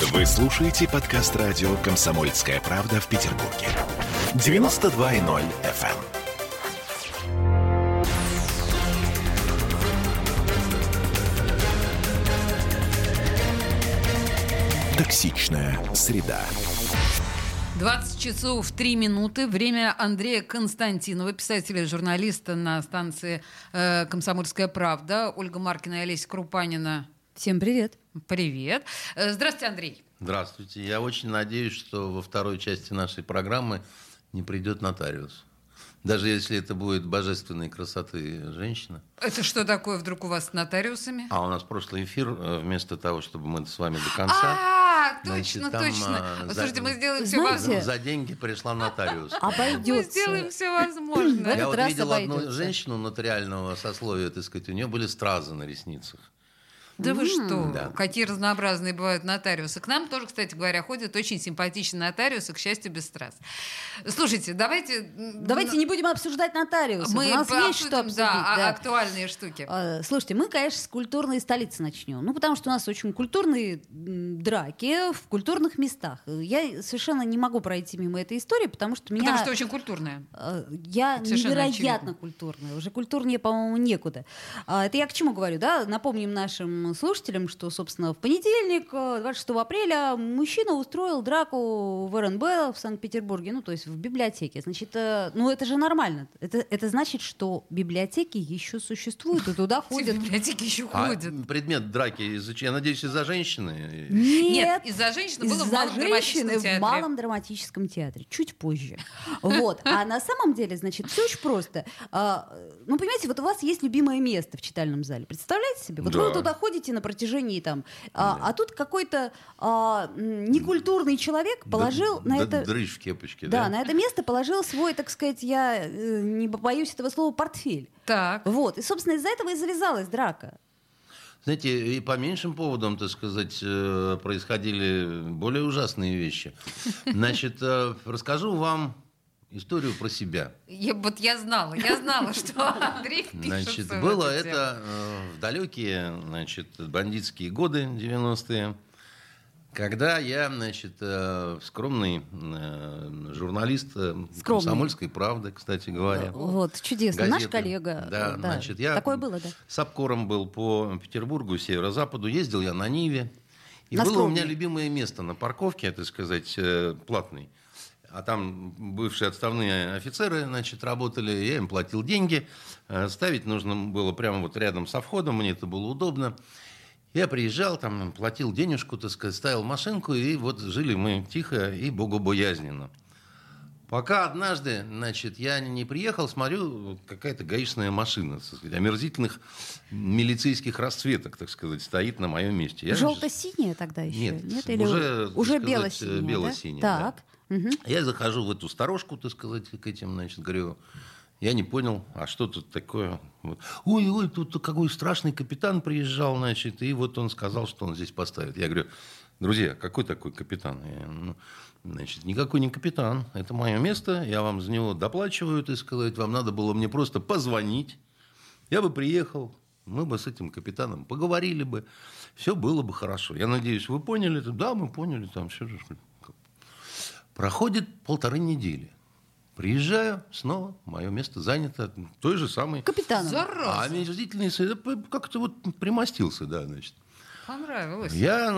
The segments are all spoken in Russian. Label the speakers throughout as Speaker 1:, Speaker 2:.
Speaker 1: Вы слушаете подкаст радио «Комсомольская правда» в Петербурге. 92.0 FM. Токсичная среда.
Speaker 2: 20 часов 3 минуты. Время Андрея Константинова, писателя и журналиста на станции «Комсомольская правда». Ольга Маркина и Олеся Крупанина.
Speaker 3: Всем привет.
Speaker 2: Привет. Здравствуйте, Андрей.
Speaker 4: Здравствуйте. Я очень надеюсь, что во второй части нашей программы не придет нотариус. Даже если это будет божественной красоты женщина.
Speaker 2: Это что такое вдруг у вас с нотариусами?
Speaker 4: А у нас прошлый эфир, вместо того, чтобы мы с вами до конца...
Speaker 2: Точно,
Speaker 4: там,
Speaker 2: точно. Слушайте, мы сделаем все возможное.
Speaker 4: За деньги пришла нотариус.
Speaker 3: Обойдется.
Speaker 2: Мы сделаем все возможное.
Speaker 4: Я вот видел одну женщину нотариального сословия, так сказать, у нее были стразы на ресницах.
Speaker 2: Да вы что?
Speaker 4: Да.
Speaker 2: Какие разнообразные бывают нотариусы. К нам тоже, кстати говоря, ходят очень симпатичные нотариусы, к счастью, без страз. Слушайте, давайте
Speaker 3: не будем обсуждать нотариусов.
Speaker 2: Мы
Speaker 3: У нас есть что обсудить. Да.
Speaker 2: Актуальные штуки.
Speaker 3: Слушайте, мы, конечно, с культурной столицы начнем. Ну, потому что у нас очень культурные драки в культурных местах. Я совершенно не могу пройти мимо этой истории, потому что
Speaker 2: Потому что очень культурная.
Speaker 3: Я невероятно культурная. Уже культурнее, по-моему, некуда. Это я к чему говорю, да? Напомним нашим слушателям, что, собственно, в понедельник, 26 апреля, мужчина устроил драку в РНБ в Санкт-Петербурге, ну, то есть в библиотеке. Значит, ну, это же нормально. Это значит, что библиотеки еще существуют, и туда ходят...
Speaker 2: Библиотеки еще ходят.
Speaker 4: Предмет драки, я надеюсь, из-за женщины?
Speaker 2: Нет, из-за женщины было в Малом драматическом театре.
Speaker 3: В Малом драматическом театре, чуть позже. Вот. А на самом деле, значит, все очень просто. Ну, понимаете, вот у вас есть любимое место в читальном зале. Представляете себе? Вот вы туда ходите на протяжении там, а тут какой-то некультурный человек положил на это...
Speaker 4: Дрыщ в кепочке,
Speaker 3: да? Да, на это место положил свой, так сказать, я не побоюсь этого слова, портфель.
Speaker 2: Так.
Speaker 3: Вот. И, собственно, из-за этого и завязалась драка.
Speaker 4: Знаете, и по меньшим поводам, так сказать, происходили более ужасные вещи. Значит, расскажу вам историю про себя.
Speaker 2: Я знала, что Андрей впишется.
Speaker 4: Значит, было это в далекие, бандитские годы, 90-е, когда я, скромный журналист «Комсомольской правды», кстати говоря.
Speaker 3: Вот, чудесно.
Speaker 4: Газеты.
Speaker 3: Наш коллега.
Speaker 4: Да,
Speaker 3: да.
Speaker 4: Я
Speaker 3: такое было, да.
Speaker 4: с обкором был по Петербургу, северо-западу, ездил я на Ниве. И
Speaker 3: на
Speaker 4: было
Speaker 3: скромный.
Speaker 4: у меня любимое место на парковке, так сказать, платной. А там бывшие отставные офицеры, работали, я им платил деньги. Ставить нужно было прямо вот рядом со входом, мне это было удобно. Я приезжал, там, платил денежку, так сказать, ставил машинку, и вот жили мы тихо и богобоязненно. Пока однажды, я не приехал, смотрю, какая-то гаишная машина, так сказать, омерзительных милицейских расцветок, так сказать, стоит на моем месте.
Speaker 3: Желто-синяя тогда еще?
Speaker 4: Нет,
Speaker 3: Или
Speaker 4: уже
Speaker 3: бело-синяя,
Speaker 4: бело-синяя,
Speaker 3: да? Так.
Speaker 4: Угу. Я захожу в эту сторожку, так сказать, к этим, говорю, я не понял, а что тут такое? Вот. Ой, тут какой страшный капитан приезжал, и вот он сказал, что он здесь поставит. Я говорю, друзья, какой такой капитан? Никакой не капитан, это мое место, я вам за него доплачиваю, так сказать, вам надо было мне просто позвонить, я бы приехал, мы бы с этим капитаном поговорили бы, все было бы хорошо. Я надеюсь, вы поняли это? Да, мы поняли, там все же. Проходит 1,5 недели. Приезжаю, снова мое место занято той же самой...
Speaker 3: Капитаном.
Speaker 2: Зараза.
Speaker 4: А омерзительный как-то вот примостился, да,
Speaker 2: Понравилось.
Speaker 4: Я,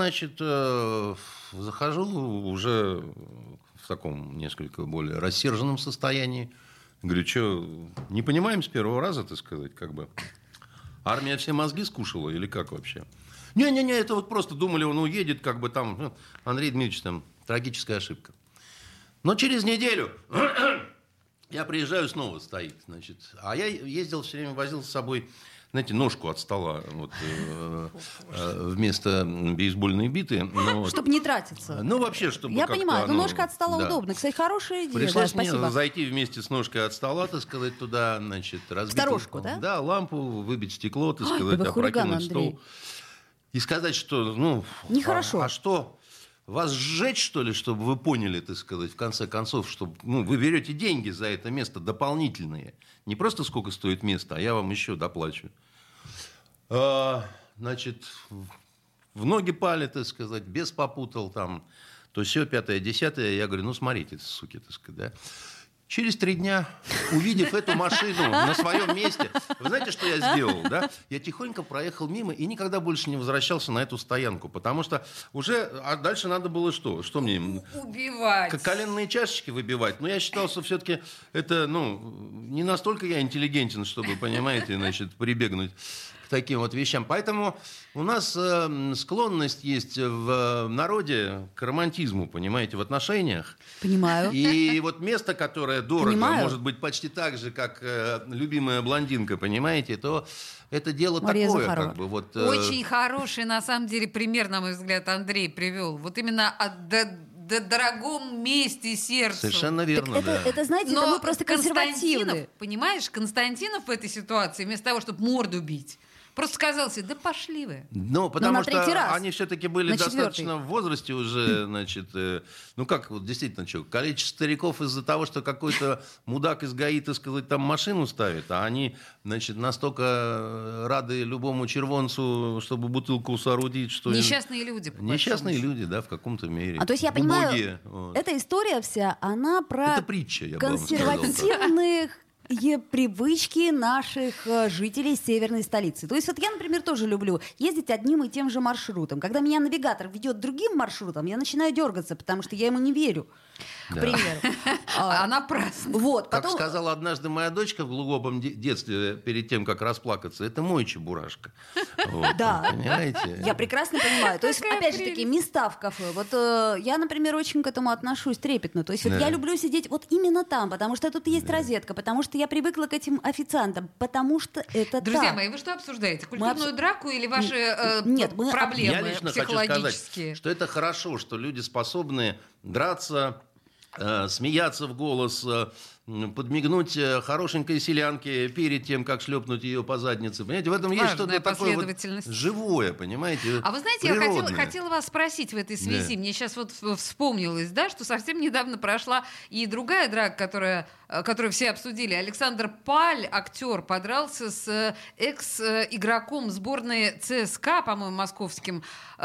Speaker 4: захожу уже в таком несколько более рассерженном состоянии. Говорю, что, не понимаем с первого раза, так сказать, армия все мозги скушала или как вообще? Не-не-не, это вот просто думали, он уедет, там, Андрей Дмитриевич, там, трагическая ошибка. Но через неделю я приезжаю, снова стоит, а я ездил все время, возил с собой, ножку от стола вместо бейсбольной биты.
Speaker 3: Чтобы не тратиться.
Speaker 4: Вообще, чтобы
Speaker 3: я понимаю, но ножка от стола удобна. Кстати, хорошая идея.
Speaker 4: Пришлось
Speaker 3: спасибо.
Speaker 4: мне зайти вместе с ножкой от стола, так сказать, туда, разбить...
Speaker 3: Сторожку, да?
Speaker 4: Да, лампу, выбить стекло, так сказать,
Speaker 3: вы хулиган,
Speaker 4: опрокинуть стол. И сказать, что,
Speaker 3: нехорошо.
Speaker 4: А что... Вас сжечь, что ли, чтобы вы поняли, так сказать, в конце концов, что вы берете деньги за это место дополнительные. Не просто сколько стоит место, а я вам еще доплачу. в ноги пали, так сказать, бес попутал там, то все, 5-е, 10-е. Я говорю, ну, смотрите, суки, так сказать, да. Через 3 дня, увидев эту машину на своем месте, вы знаете, что я сделал, да? Я тихонько проехал мимо и никогда больше не возвращался на эту стоянку, потому что уже... А дальше надо было что? Что мне?
Speaker 2: Убивать.
Speaker 4: Коленные чашечки выбивать. Но я считал, что все-таки это, не настолько я интеллигентен, чтобы, понимаете, значит, прибегнуть к таким вот вещам. Поэтому у нас склонность есть в народе к романтизму, понимаете, в отношениях.
Speaker 3: Понимаю.
Speaker 4: И вот место, которое дорого,
Speaker 3: Понимаю.
Speaker 4: может быть почти так же, как любимая блондинка, понимаете, то это дело
Speaker 3: Мария
Speaker 4: такое,
Speaker 3: Захарова.
Speaker 4: как бы вот.
Speaker 2: Очень хороший, на самом деле, пример, на мой взгляд, Андрей привел. Вот именно о дорогом месте сердцу.
Speaker 4: Совершенно верно,
Speaker 3: Так
Speaker 4: да.
Speaker 3: это, знаете, это мы просто консервативны.
Speaker 2: Понимаешь, Константинов в этой ситуации, вместо того, чтобы морду бить, просто сказал себе, да пошли вы.
Speaker 4: Ну, потому
Speaker 3: на третий
Speaker 4: что
Speaker 3: раз.
Speaker 4: они все-таки были
Speaker 3: На
Speaker 4: достаточно в возрасте уже, значит, вот действительно, что, количество стариков из-за того, что какой-то мудак из ГАИ, так сказать, там машину ставит, а они, значит, настолько рады любому червонцу, чтобы бутылку соорудить, что...
Speaker 2: Несчастные люди. по
Speaker 4: Несчастные
Speaker 2: большому
Speaker 4: люди, да, в каком-то мере.
Speaker 3: А то есть я
Speaker 4: Убогие,
Speaker 3: понимаю,
Speaker 4: вот.
Speaker 3: эта история вся, она про
Speaker 4: Это притча, я бы вам сказал.
Speaker 3: консервативных привычки наших жителей северной столицы. То есть вот я, например, тоже люблю ездить одним и тем же маршрутом. Когда меня навигатор ведет другим маршрутом, я начинаю дергаться, потому что я ему не верю. К
Speaker 4: Да.
Speaker 3: примеру.
Speaker 2: А напрасно.
Speaker 3: Вот,
Speaker 4: Как
Speaker 3: потом...
Speaker 4: сказала однажды моя дочка в глубоком детстве, перед тем, как расплакаться, это мой чебурашка. Вот,
Speaker 3: Да.
Speaker 4: понимаете?
Speaker 3: Я прекрасно понимаю. То есть,
Speaker 2: Какая
Speaker 3: опять же таки,
Speaker 2: прелесть.
Speaker 3: места в кафе. Вот я, например, очень к этому отношусь трепетно. То есть вот
Speaker 4: Да.
Speaker 3: я люблю сидеть вот именно там, потому что тут есть розетка, потому что я привыкла к этим официантам, потому что это
Speaker 2: Друзья
Speaker 3: так.
Speaker 2: мои, вы что обсуждаете? Культурную
Speaker 3: обс-
Speaker 2: драку или ваши
Speaker 3: Нет, мы-
Speaker 2: проблемы
Speaker 4: Я лично хочу сказать,
Speaker 2: психологические?
Speaker 4: что это хорошо, что люди способны драться, смеяться в голос, подмигнуть хорошенькой селянке перед тем, как шлепнуть ее по заднице. Понимаете, в этом есть
Speaker 2: Важная
Speaker 4: что-то такое вот
Speaker 2: последовательность.
Speaker 4: живое, понимаете,
Speaker 2: А вы знаете, я
Speaker 4: природное.
Speaker 2: хотела вас спросить в этой связи.
Speaker 4: Да.
Speaker 2: Мне сейчас вот вспомнилось, да, что совсем недавно прошла и другая драка, которую все обсудили. Александр Паль, актер, подрался с экс-игроком сборной ЦСКА, по-моему, московским,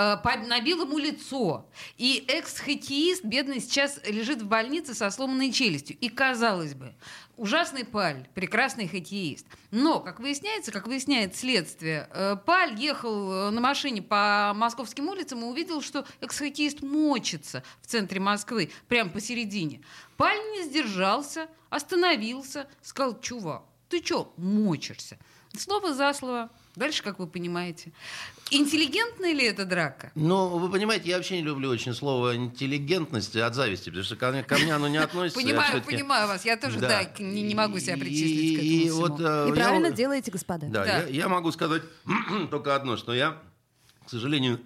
Speaker 2: набил ему лицо. И экс-хоккеист, бедный, сейчас лежит в больнице со сломанной челюстью. И, казалось бы, ужасный Паль, прекрасный хоккеист. Но, как выясняет следствие, Паль ехал на машине по московским улицам и увидел, что экс-хоккеист мочится в центре Москвы, прямо посередине. Паль не сдержался, остановился, сказал: чувак, ты чё мочишься? Слово за слово. Дальше, как вы понимаете. Интеллигентная ли это драка?
Speaker 4: Ну, вы понимаете, я вообще не люблю очень слово интеллигентность от зависти, потому что ко мне оно не относится.
Speaker 2: Понимаю вас. Я тоже не могу себя причислить к этому
Speaker 4: И
Speaker 2: всему.
Speaker 4: вот,
Speaker 3: И правильно делаете, господа.
Speaker 4: Да,
Speaker 2: Да.
Speaker 4: я могу сказать только одно, что я, к сожалению,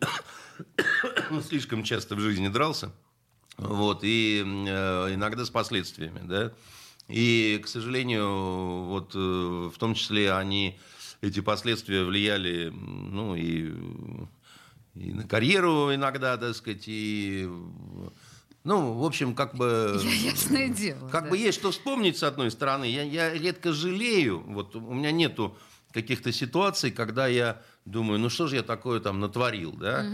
Speaker 4: слишком часто в жизни дрался, вот, и иногда с последствиями, да. И, к сожалению, вот в том числе эти последствия влияли, ну, и на карьеру иногда, так сказать, и... Ну, в общем, как бы...
Speaker 2: Ясное дело.
Speaker 4: Как
Speaker 2: да.
Speaker 4: бы есть что вспомнить, с одной стороны. Я редко жалею. Вот у меня нету каких-то ситуаций, когда я думаю, ну что же я такое там натворил, да?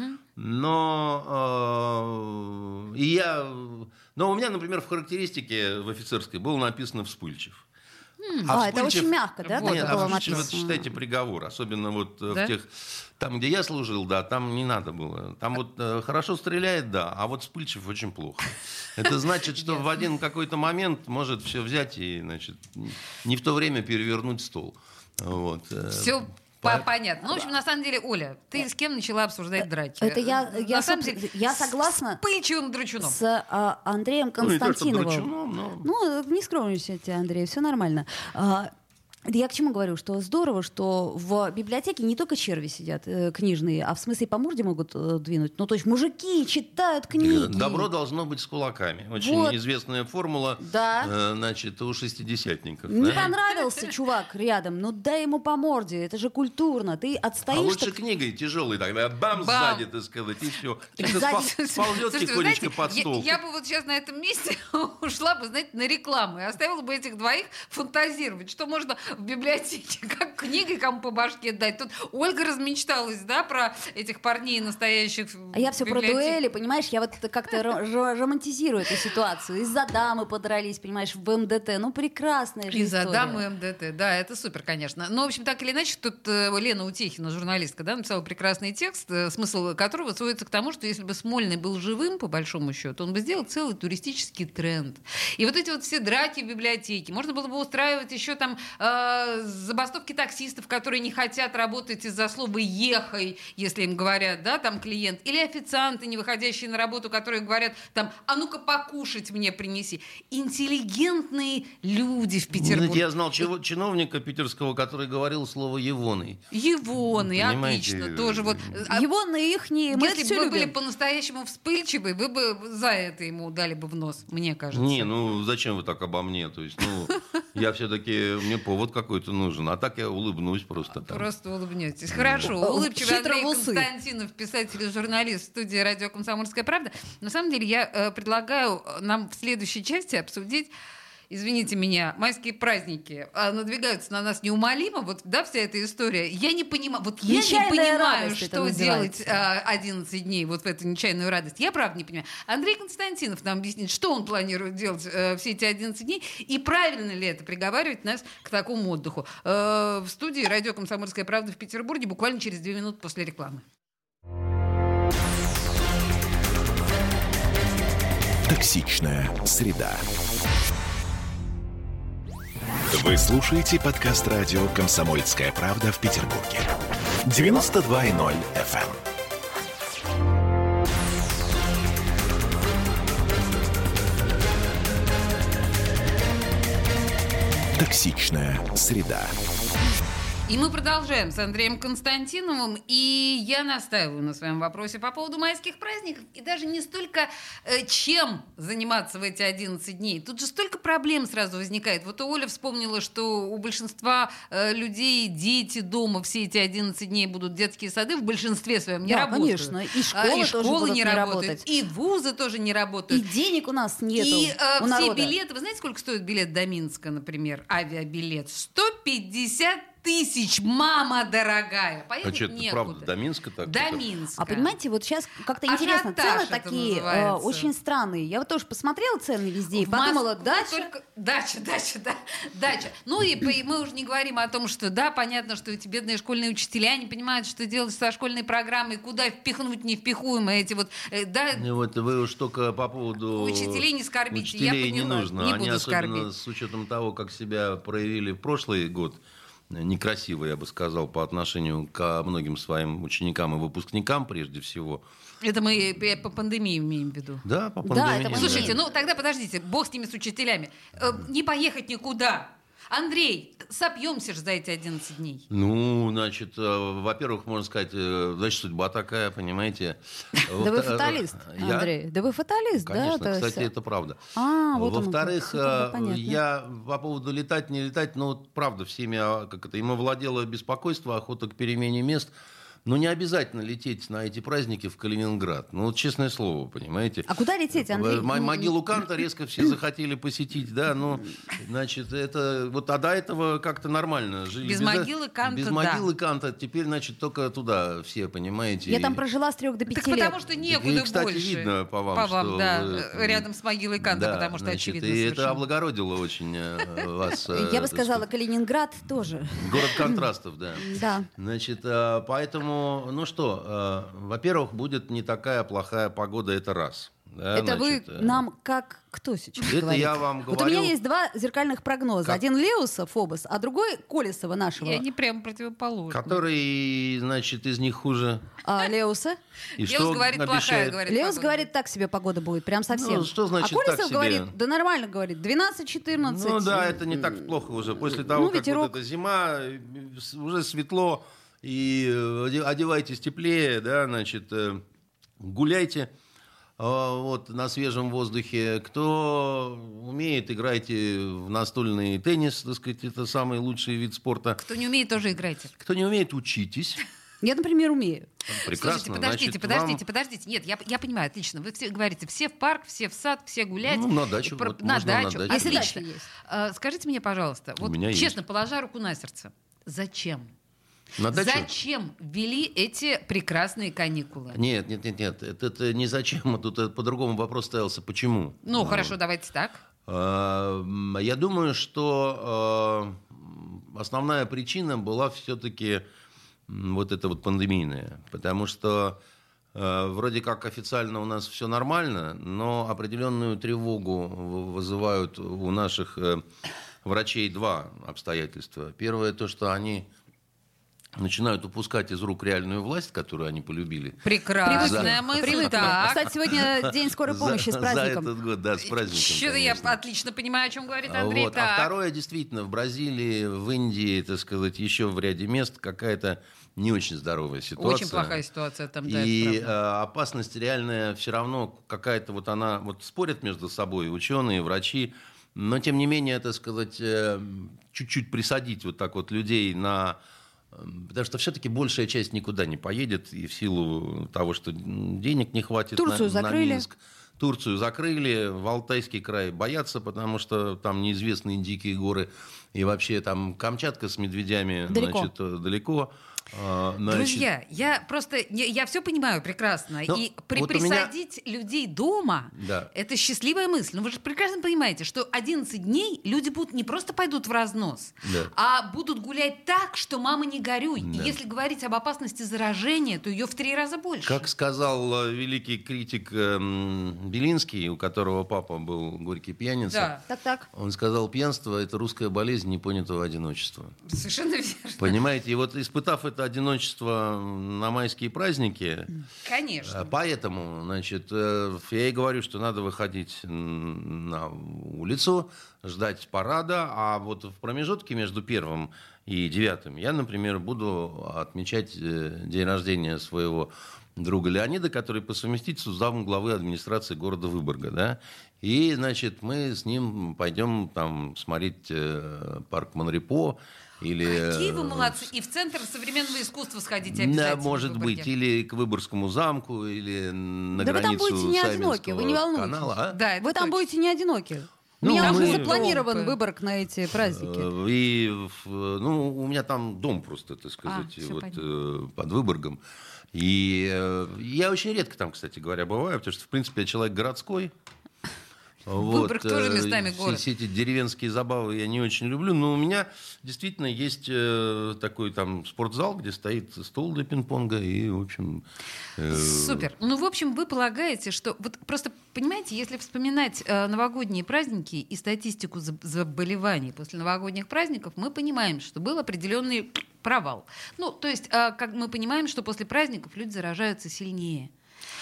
Speaker 4: Но у меня, например, в характеристике в офицерской было написано «вспыльчив».
Speaker 3: Это очень мягко, да?
Speaker 2: Вот,
Speaker 3: как
Speaker 4: Нет,
Speaker 3: было
Speaker 4: вспыльчив, это,
Speaker 3: написано?
Speaker 4: считайте, приговор. Особенно вот
Speaker 2: Да?
Speaker 4: в тех... Там, где я служил, да, там не надо было. Там вот хорошо стреляет, да, а вот вспыльчив очень плохо. Это значит, что в один какой-то момент может все взять и, значит, не в то время перевернуть стол. Вот.
Speaker 2: Все понятно. Ну, в общем, на самом деле, Оля, ты с кем начала обсуждать драки?
Speaker 3: Это я
Speaker 2: На самом деле,
Speaker 3: я согласна
Speaker 2: с вспыльчивым драчуном.
Speaker 3: с Андреем
Speaker 4: Ну, не то, что
Speaker 3: Константиновым.
Speaker 4: драчуном, но...
Speaker 3: Ну, не скромничайте, Андрей, все нормально. Я к чему говорю, что здорово, что в библиотеке не только черви сидят книжные, а в смысле по морде могут двинуть. Ну, то есть мужики читают книги.
Speaker 4: Добро должно быть с кулаками. Очень
Speaker 3: Вот.
Speaker 4: известная формула,
Speaker 3: Да.
Speaker 4: значит, у шестидесятников.
Speaker 3: Не
Speaker 4: да?
Speaker 3: понравился чувак рядом, ну дай ему по морде, это же культурно. Ты
Speaker 4: А
Speaker 3: отстоишь...
Speaker 4: лучше
Speaker 3: так-
Speaker 4: книгой тяжелой, тогда бам,
Speaker 2: Бам.
Speaker 4: сзади, так сказать, и все.
Speaker 3: Сзади.
Speaker 4: Ползет
Speaker 2: Слушайте, вы
Speaker 4: тихонечко
Speaker 2: знаете,
Speaker 4: под стол.
Speaker 2: Я бы вот сейчас на этом месте ушла бы, знаете, на рекламу и оставила бы этих двоих фантазировать, что можно в библиотеке, как книгой кому по башке дать. Тут Ольга размечталась, да, про этих парней настоящих.
Speaker 3: А я все про дуэли, понимаешь, я вот как-то романтизирую эту ситуацию. Из-за дамы подрались, понимаешь, в МДТ. Ну, прекрасная же история.
Speaker 2: Из-за дамы МДТ, да, это супер, конечно. Но, в общем, так или иначе, тут Лена Утехина, журналистка, да, написала прекрасный текст, смысл которого сводится к тому, что если бы Смольный был живым, по большому счету, он бы сделал целый туристический тренд. И вот эти вот все драки в библиотеке, можно было бы устраивать еще там забастовки таксистов, которые не хотят работать из-за слова «ехай», если им говорят, да, там клиент, или официанты, не выходящие на работу, которые говорят там «а ну-ка покушать мне принеси». Интеллигентные люди в Петербурге.
Speaker 4: Я знал чиновника питерского, который говорил слово «егоный».
Speaker 2: Егоны, отлично. Тоже вот.
Speaker 3: Егоны ихние, мы
Speaker 2: если бы вы были по-настоящему вспыльчивы, вы бы за это ему дали бы в нос, мне кажется.
Speaker 4: Не, ну зачем вы так обо мне? То есть, ну, я все-таки, мне повод какой-то нужен. А так я улыбнусь просто. Там.
Speaker 2: Просто улыбнетесь. Хорошо. Улыбчивый Андрей Константинов, писатель и журналист в студии «Радио Комсомольская правда». На самом деле, я предлагаю нам в следующей части обсудить, извините меня, майские праздники надвигаются на нас неумолимо, вот, да, вся эта история. Я не понимаю, вот я не понимаю, что делать 11 дней вот в эту нечаянную радость. Я правда не понимаю. Андрей Константинов нам объяснит, что он планирует делать все эти 11 дней, и правильно ли это приговаривать нас к такому отдыху. В студии «Радио Комсомольская правда» в Петербурге буквально через 2 минуты после рекламы.
Speaker 1: Токсичная среда. Вы слушаете подкаст радио «Комсомольская правда» в Петербурге. 92.0 FM. Токсичная среда.
Speaker 2: И мы продолжаем с Андреем Константиновым. И я настаиваю на своем вопросе по поводу майских праздников. И даже не столько чем заниматься в эти 11 дней. Тут же столько проблем сразу возникает. Вот Оля вспомнила, что у большинства людей дети дома все эти 11 дней будут детские сады в большинстве своем не работают.
Speaker 3: Конечно. И школы тоже будут не работать.
Speaker 2: И вузы тоже не работают.
Speaker 3: И денег у нас нету.
Speaker 2: И все билеты. Вы знаете, сколько стоит билет до Минска, например? Авиабилет. 150 тысяч, мама дорогая. Поехать
Speaker 4: что, это
Speaker 2: некуда.
Speaker 4: Правда, до Минска так?
Speaker 2: До Минска.
Speaker 3: А понимаете, вот сейчас как-то интересно, цены такие очень странные. Я вот тоже посмотрела цены везде и подумала, дача.
Speaker 2: Дача. Ну и мы уже не говорим о том, что да, понятно, что эти бедные школьные учителя не понимают, что делать со школьной программой, куда впихнуть невпихуемые эти вот. Да.
Speaker 4: Вот вы уж только по поводу
Speaker 2: учителей не скорбите.
Speaker 4: Учителей не нужно.
Speaker 2: Не
Speaker 4: Они
Speaker 2: буду
Speaker 4: особенно
Speaker 2: скорбить.
Speaker 4: с учетом того, как себя проявили в прошлый год, некрасиво, я бы сказал, по отношению к многим своим ученикам и выпускникам прежде всего.
Speaker 2: Это мы по пандемии имеем в виду.
Speaker 4: Да, по пандемии.
Speaker 3: это
Speaker 2: Слушайте, ну тогда подождите, бог с ними, с учителями. Не поехать никуда. Андрей, сопьемся же за эти 11 дней.
Speaker 4: Ну, значит, во-первых, можно сказать, значит, судьба такая, понимаете.
Speaker 3: Да вы фаталист, Андрей. Да вы фаталист, да?
Speaker 4: Конечно, кстати, это правда.
Speaker 3: Вот
Speaker 4: во-вторых, я по поводу летать, не летать, ну, вот правда, всеми, им овладело беспокойство, охота к перемене мест. Но не обязательно лететь на эти праздники в Калининград. Ну, вот честное слово, понимаете.
Speaker 3: А куда лететь, Андрей?
Speaker 4: Могилу Канта резко все захотели посетить, да, ну, значит, это... Вот, а до этого как-то нормально жили.
Speaker 2: Без могилы Канта,
Speaker 4: без могилы Канта. Теперь, значит, только туда все, понимаете.
Speaker 3: Я там прожила с 3 до 5
Speaker 2: так
Speaker 3: лет.
Speaker 2: Потому что некуда
Speaker 4: и, кстати,
Speaker 2: больше.
Speaker 4: видно по вам, что...
Speaker 2: да, рядом с могилой Канта,
Speaker 4: да,
Speaker 2: потому что
Speaker 4: значит,
Speaker 2: очевидно
Speaker 4: и
Speaker 2: совершенно.
Speaker 4: это облагородило очень вас.
Speaker 3: Я бы сказала, Калининград тоже.
Speaker 4: Город контрастов, да.
Speaker 3: Да.
Speaker 4: Значит, поэтому, ну что, во-первых, будет не такая плохая погода, это раз. Да,
Speaker 3: это
Speaker 4: значит,
Speaker 3: вы нам как кто сейчас
Speaker 4: это
Speaker 3: говорит?
Speaker 4: Я вам говорю.
Speaker 3: Вот у меня есть 2 зеркальных прогноза.
Speaker 4: Как?
Speaker 3: Один Леуса, Фобос, а другой Колесова нашего.
Speaker 2: И они прямо противоположны.
Speaker 4: Который, значит, из них хуже.
Speaker 3: Леуса?
Speaker 4: И
Speaker 2: Леус
Speaker 4: что
Speaker 2: говорит,
Speaker 4: обещает?
Speaker 2: плохая, говорит.
Speaker 3: Леус
Speaker 2: погода.
Speaker 3: говорит, так себе погода будет, прям совсем.
Speaker 4: Ну, что значит
Speaker 3: а Колесов
Speaker 4: так себе?
Speaker 3: говорит, да нормально говорит, 12-14.
Speaker 4: Ну да, это не так плохо уже. После того, как
Speaker 3: ветерок.
Speaker 4: вот эта зима, уже светло, и одевайтесь теплее, да, значит, гуляйте. Вот, на свежем воздухе. Кто умеет, играйте в настольный теннис, так сказать, это самый лучший вид спорта.
Speaker 2: Кто не умеет, тоже играйте.
Speaker 4: Кто не умеет, учитесь.
Speaker 3: Я, например, умею.
Speaker 4: Прекрасно.
Speaker 2: Слушайте, подождите. Нет, я понимаю, отлично. Вы все говорите, все в парк, все в сад, все гулять.
Speaker 4: Ну, на дачу.
Speaker 2: На дачу.
Speaker 3: Если дача есть.
Speaker 2: Скажите мне, пожалуйста, вот честно, положа руку на сердце, зачем? Зачем ввели эти прекрасные каникулы?
Speaker 4: Нет. Это не зачем. Тут по-другому вопрос ставился. Почему?
Speaker 2: Ну, хорошо, давайте так.
Speaker 4: Я думаю, что основная причина была все-таки вот эта вот пандемийная. Потому что вроде как официально у нас все нормально, но определенную тревогу вызывают у наших врачей два обстоятельства. Первое, то, что они начинают упускать из рук реальную власть, которую они полюбили.
Speaker 2: Прекрасная мысль.
Speaker 3: Кстати, сегодня день скорой помощи с праздником.
Speaker 4: За этот год, да, с праздником.
Speaker 2: Что-то я отлично понимаю, о чем говорит Андрей.
Speaker 4: Вот. А второе, действительно, в Бразилии, в Индии, так сказать, еще в ряде мест какая-то не очень здоровая ситуация.
Speaker 2: Очень плохая ситуация там, да.
Speaker 4: И опасность реальная все равно какая-то, вот она, вот спорят между собой ученые, врачи, но тем не менее, так сказать, чуть-чуть присадить вот так вот людей на... Потому что все-таки большая часть никуда не поедет, и в силу того, что денег не хватит
Speaker 3: Турцию
Speaker 4: на Минск. Турцию закрыли, в Алтайский край боятся, потому что там неизвестные дикие горы, и вообще там Камчатка с медведями далеко.
Speaker 2: Друзья, я все понимаю прекрасно. И присадить людей дома, это счастливая мысль. Но вы же прекрасно понимаете, что 11 дней люди будут не просто пойдут в разнос, а будут гулять так, что мама не горюй. И если говорить об опасности заражения, то ее в 3 раза больше.
Speaker 4: Как сказал великий критик Белинский, у которого папа был горький пьяница, он сказал, пьянство – это русская болезнь непонятого одиночества.
Speaker 2: Совершенно верно.
Speaker 4: Понимаете, и вот испытав это одиночество на майские праздники.
Speaker 2: Конечно.
Speaker 4: Поэтому, значит, я и говорю, что надо выходить на улицу, ждать парада, а вот в промежутке между 1 и 9 я, например, буду отмечать день рождения своего друга Леонида, который по совместительству зам главы администрации города Выборга, да. И, значит, мы с ним пойдем там смотреть парк Монрепо. Или,
Speaker 2: какие вы молодцы. И в Центр современного искусства сходите обязательно.
Speaker 4: Да, может быть. Или к Выборгскому замку, или на
Speaker 3: границу
Speaker 4: границу
Speaker 3: вы там будете не одиноки, вы не волнуйтесь.
Speaker 4: Канала. А?
Speaker 3: Да, вы там будете не одиноки. У меня уже запланирован Выборг на эти праздники.
Speaker 4: И, у меня там дом просто, так сказать, под Выборгом. И я очень редко там, кстати говоря, бываю, потому что, в принципе, я человек городской.
Speaker 2: Выборг тоже местами город.
Speaker 4: Все эти деревенские забавы я не очень люблю, но у меня действительно есть такой там спортзал, где стоит стол для пинг-понга и, в общем...
Speaker 2: Супер. Ну, в общем, вы полагаете, что... Вот просто, понимаете, если вспоминать новогодние праздники и статистику заболеваний после новогодних праздников, мы понимаем, что был определенный провал. Ну, то есть, как мы понимаем, что после праздников люди заражаются сильнее.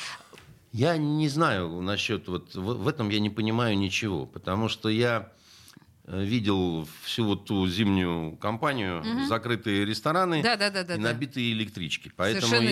Speaker 4: Я не знаю насчет... Вот в этом я не понимаю ничего, потому что я видел всю вот ту зимнюю кампанию, закрытые рестораны и набитые электрички. Поэтому у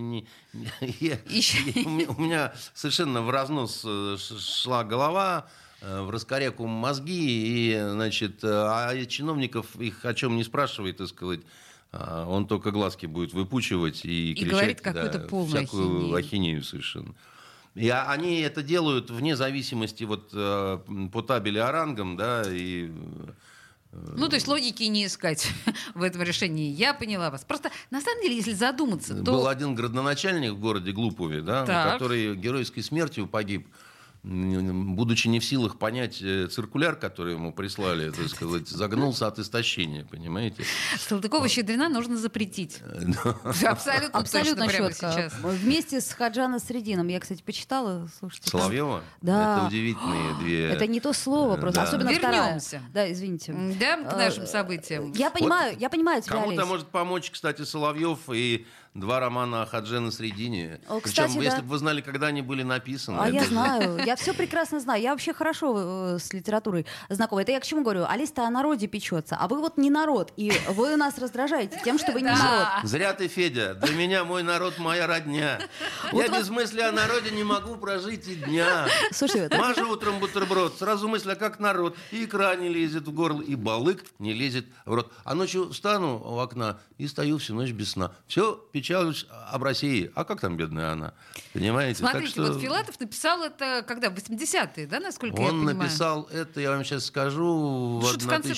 Speaker 4: меня совершенно в разнос шла голова, в раскоряку мозги, и, значит, а чиновников их о чем не спрашивает, так сказать. Он только глазки будет выпучивать и кричать,
Speaker 2: говорит какую-то полную
Speaker 4: всякую ахинею совершенно. И они это делают вне зависимости вот по табели о рангам, да, и...
Speaker 2: Ну, то есть логики не искать в этом решении. Я поняла вас. Просто, на самом деле, если задуматься, то...
Speaker 4: Был один градоначальник в городе Глупове, да, который героической смертью погиб, будучи не в силах понять циркуляр, который ему прислали, так сказать, загнулся от истощения, понимаете?
Speaker 2: Салтыкова-Щедрина нужно запретить.
Speaker 3: Абсолютно четко. Вместе с Хаджаном Средином. Я, кстати, почитала. Слушайте,
Speaker 4: Соловьева?
Speaker 3: Да.
Speaker 4: Это удивительные две...
Speaker 3: Это не то слово просто. Особенно вторая.
Speaker 2: Вернемся.
Speaker 3: Да, извините.
Speaker 2: Да, к нашим событиям.
Speaker 3: Я понимаю тебя,
Speaker 4: Кому-то
Speaker 3: Олесь.
Speaker 4: может помочь, кстати, Соловьев и 2 романа о Хадже Насредине.
Speaker 3: Кстати,
Speaker 4: причем, если бы вы знали, когда они были написаны.
Speaker 3: Я знаю. Я все прекрасно знаю. Я вообще хорошо с литературой знакома. Это я к чему говорю? Алиса о народе печется, а вы вот не народ. И вы нас раздражаете тем, что вы не народ.
Speaker 4: Зря ты, Федя. Для меня мой народ — моя родня. Я без мысли о народе не могу прожить и дня.
Speaker 3: Слушай,
Speaker 4: Мажу утром бутерброд, сразу мысль, а как народ. И икра не лезет в горло, и балык не лезет в рот. А ночью встану у окна и стою всю ночь без сна. Все, печалюсь об России. А как там бедная она? Понимаете?
Speaker 2: Смотрите,
Speaker 4: так что...
Speaker 2: вот Филатов написал это когда? В 80-е, да, насколько я
Speaker 4: Он
Speaker 2: понимаю?
Speaker 4: написал это, я вам сейчас скажу, в
Speaker 2: Что-то в конце-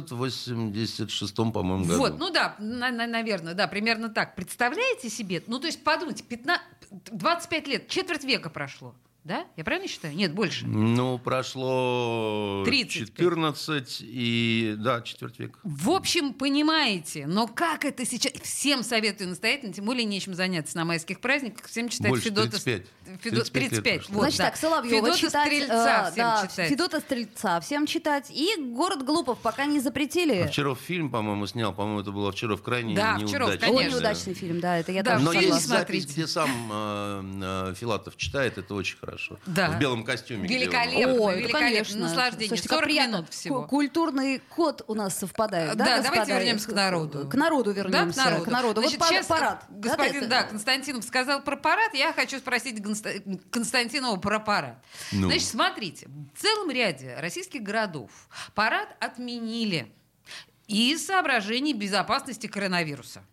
Speaker 4: 1986, по-моему, году.
Speaker 2: Вот, ну да, наверное, да, примерно так. Представляете себе? Ну, то есть, подумайте, 25 лет, четверть века прошло. Да? Я правильно считаю? Нет, больше.
Speaker 4: Ну, прошло
Speaker 2: 35.
Speaker 4: 14 и... Да, четверть века.
Speaker 2: В общем, понимаете, но как это сейчас... Всем советую настоятельно, тем более нечем заняться на майских праздниках. Всем читать
Speaker 4: Больше,
Speaker 2: Федота...
Speaker 4: 35.
Speaker 2: 35.
Speaker 4: лет прошло.
Speaker 2: Вот,
Speaker 3: Значит
Speaker 2: да.
Speaker 3: так, Соловьева
Speaker 2: Федота
Speaker 3: читать,
Speaker 2: Стрельца всем читать.
Speaker 3: Федота Стрельца всем читать. И «Город глупов» пока не запретили.
Speaker 4: Овчаров фильм, по-моему, снял. По-моему, это был Овчаров крайне
Speaker 2: Да,
Speaker 4: неудачный.
Speaker 2: Овчаров,
Speaker 3: Ой,
Speaker 2: конечно.
Speaker 3: неудачный фильм, да, это я
Speaker 2: Да,
Speaker 3: тоже
Speaker 4: Но
Speaker 2: фильм
Speaker 4: есть
Speaker 3: согласна.
Speaker 2: смотрите.
Speaker 4: запись, где сам Филатов читает, это очень хорошо.
Speaker 2: Да.
Speaker 4: В белом костюме. где он.
Speaker 2: Великолепно,
Speaker 3: Ой,
Speaker 2: великолепно.
Speaker 3: конечно.
Speaker 2: Наслаждение.
Speaker 3: Слушайте, как
Speaker 2: 40
Speaker 3: приятно.
Speaker 2: минут всего.
Speaker 3: Культурный код у нас совпадает.
Speaker 2: Да,
Speaker 3: Да,
Speaker 2: давайте
Speaker 3: господа?
Speaker 2: вернемся к народу.
Speaker 3: К народу вернемся.
Speaker 2: Да,
Speaker 3: к народу.
Speaker 2: Значит,
Speaker 3: Вот
Speaker 2: сейчас
Speaker 3: парад.
Speaker 2: господин
Speaker 3: Да,
Speaker 2: Константинов сказал про парад. Я хочу спросить Константинова про парад.
Speaker 4: Ну.
Speaker 2: Значит, смотрите. В целом ряде российских городов парад отменили из соображений безопасности коронавируса.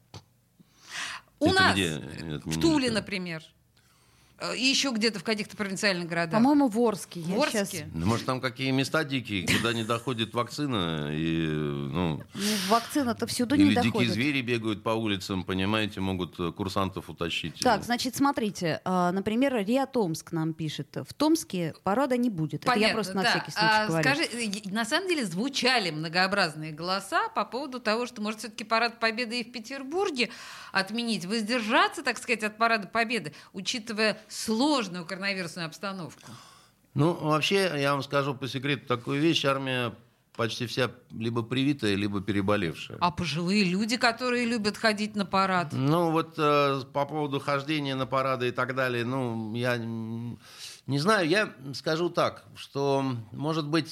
Speaker 2: У
Speaker 4: Это
Speaker 2: нас
Speaker 4: где
Speaker 2: в
Speaker 4: отменили-то?
Speaker 2: Туле, например, и еще где-то в каких-то провинциальных городах.
Speaker 3: По-моему, в Орске.
Speaker 2: В
Speaker 3: Я
Speaker 2: Орске?
Speaker 3: щас-
Speaker 4: Ну, может, там какие места дикие, куда не доходит вакцина, и, ну,
Speaker 3: Ну, вакцина-то всюду не
Speaker 4: или дикие
Speaker 3: доходит.
Speaker 4: звери бегают по улицам, понимаете, могут курсантов утащить.
Speaker 3: Так, значит, смотрите. Например, РИА Томск нам пишет. В Томске парада не будет. Это я просто на
Speaker 2: да.
Speaker 3: всякий случай говорю.
Speaker 2: Скажи, на самом деле звучали многообразные голоса по поводу того, что, может, все-таки парад Победы и в Петербурге отменить, воздержаться, так сказать, от парада Победы, учитывая сложную коронавирусную обстановку.
Speaker 4: Ну, вообще, я вам скажу по секрету такую вещь. Армия почти вся либо привитая, либо переболевшая.
Speaker 2: А пожилые люди, которые любят ходить на парад?
Speaker 4: Ну, вот по поводу хождения на парады и так далее, ну, я не знаю. Я скажу так, что, может быть,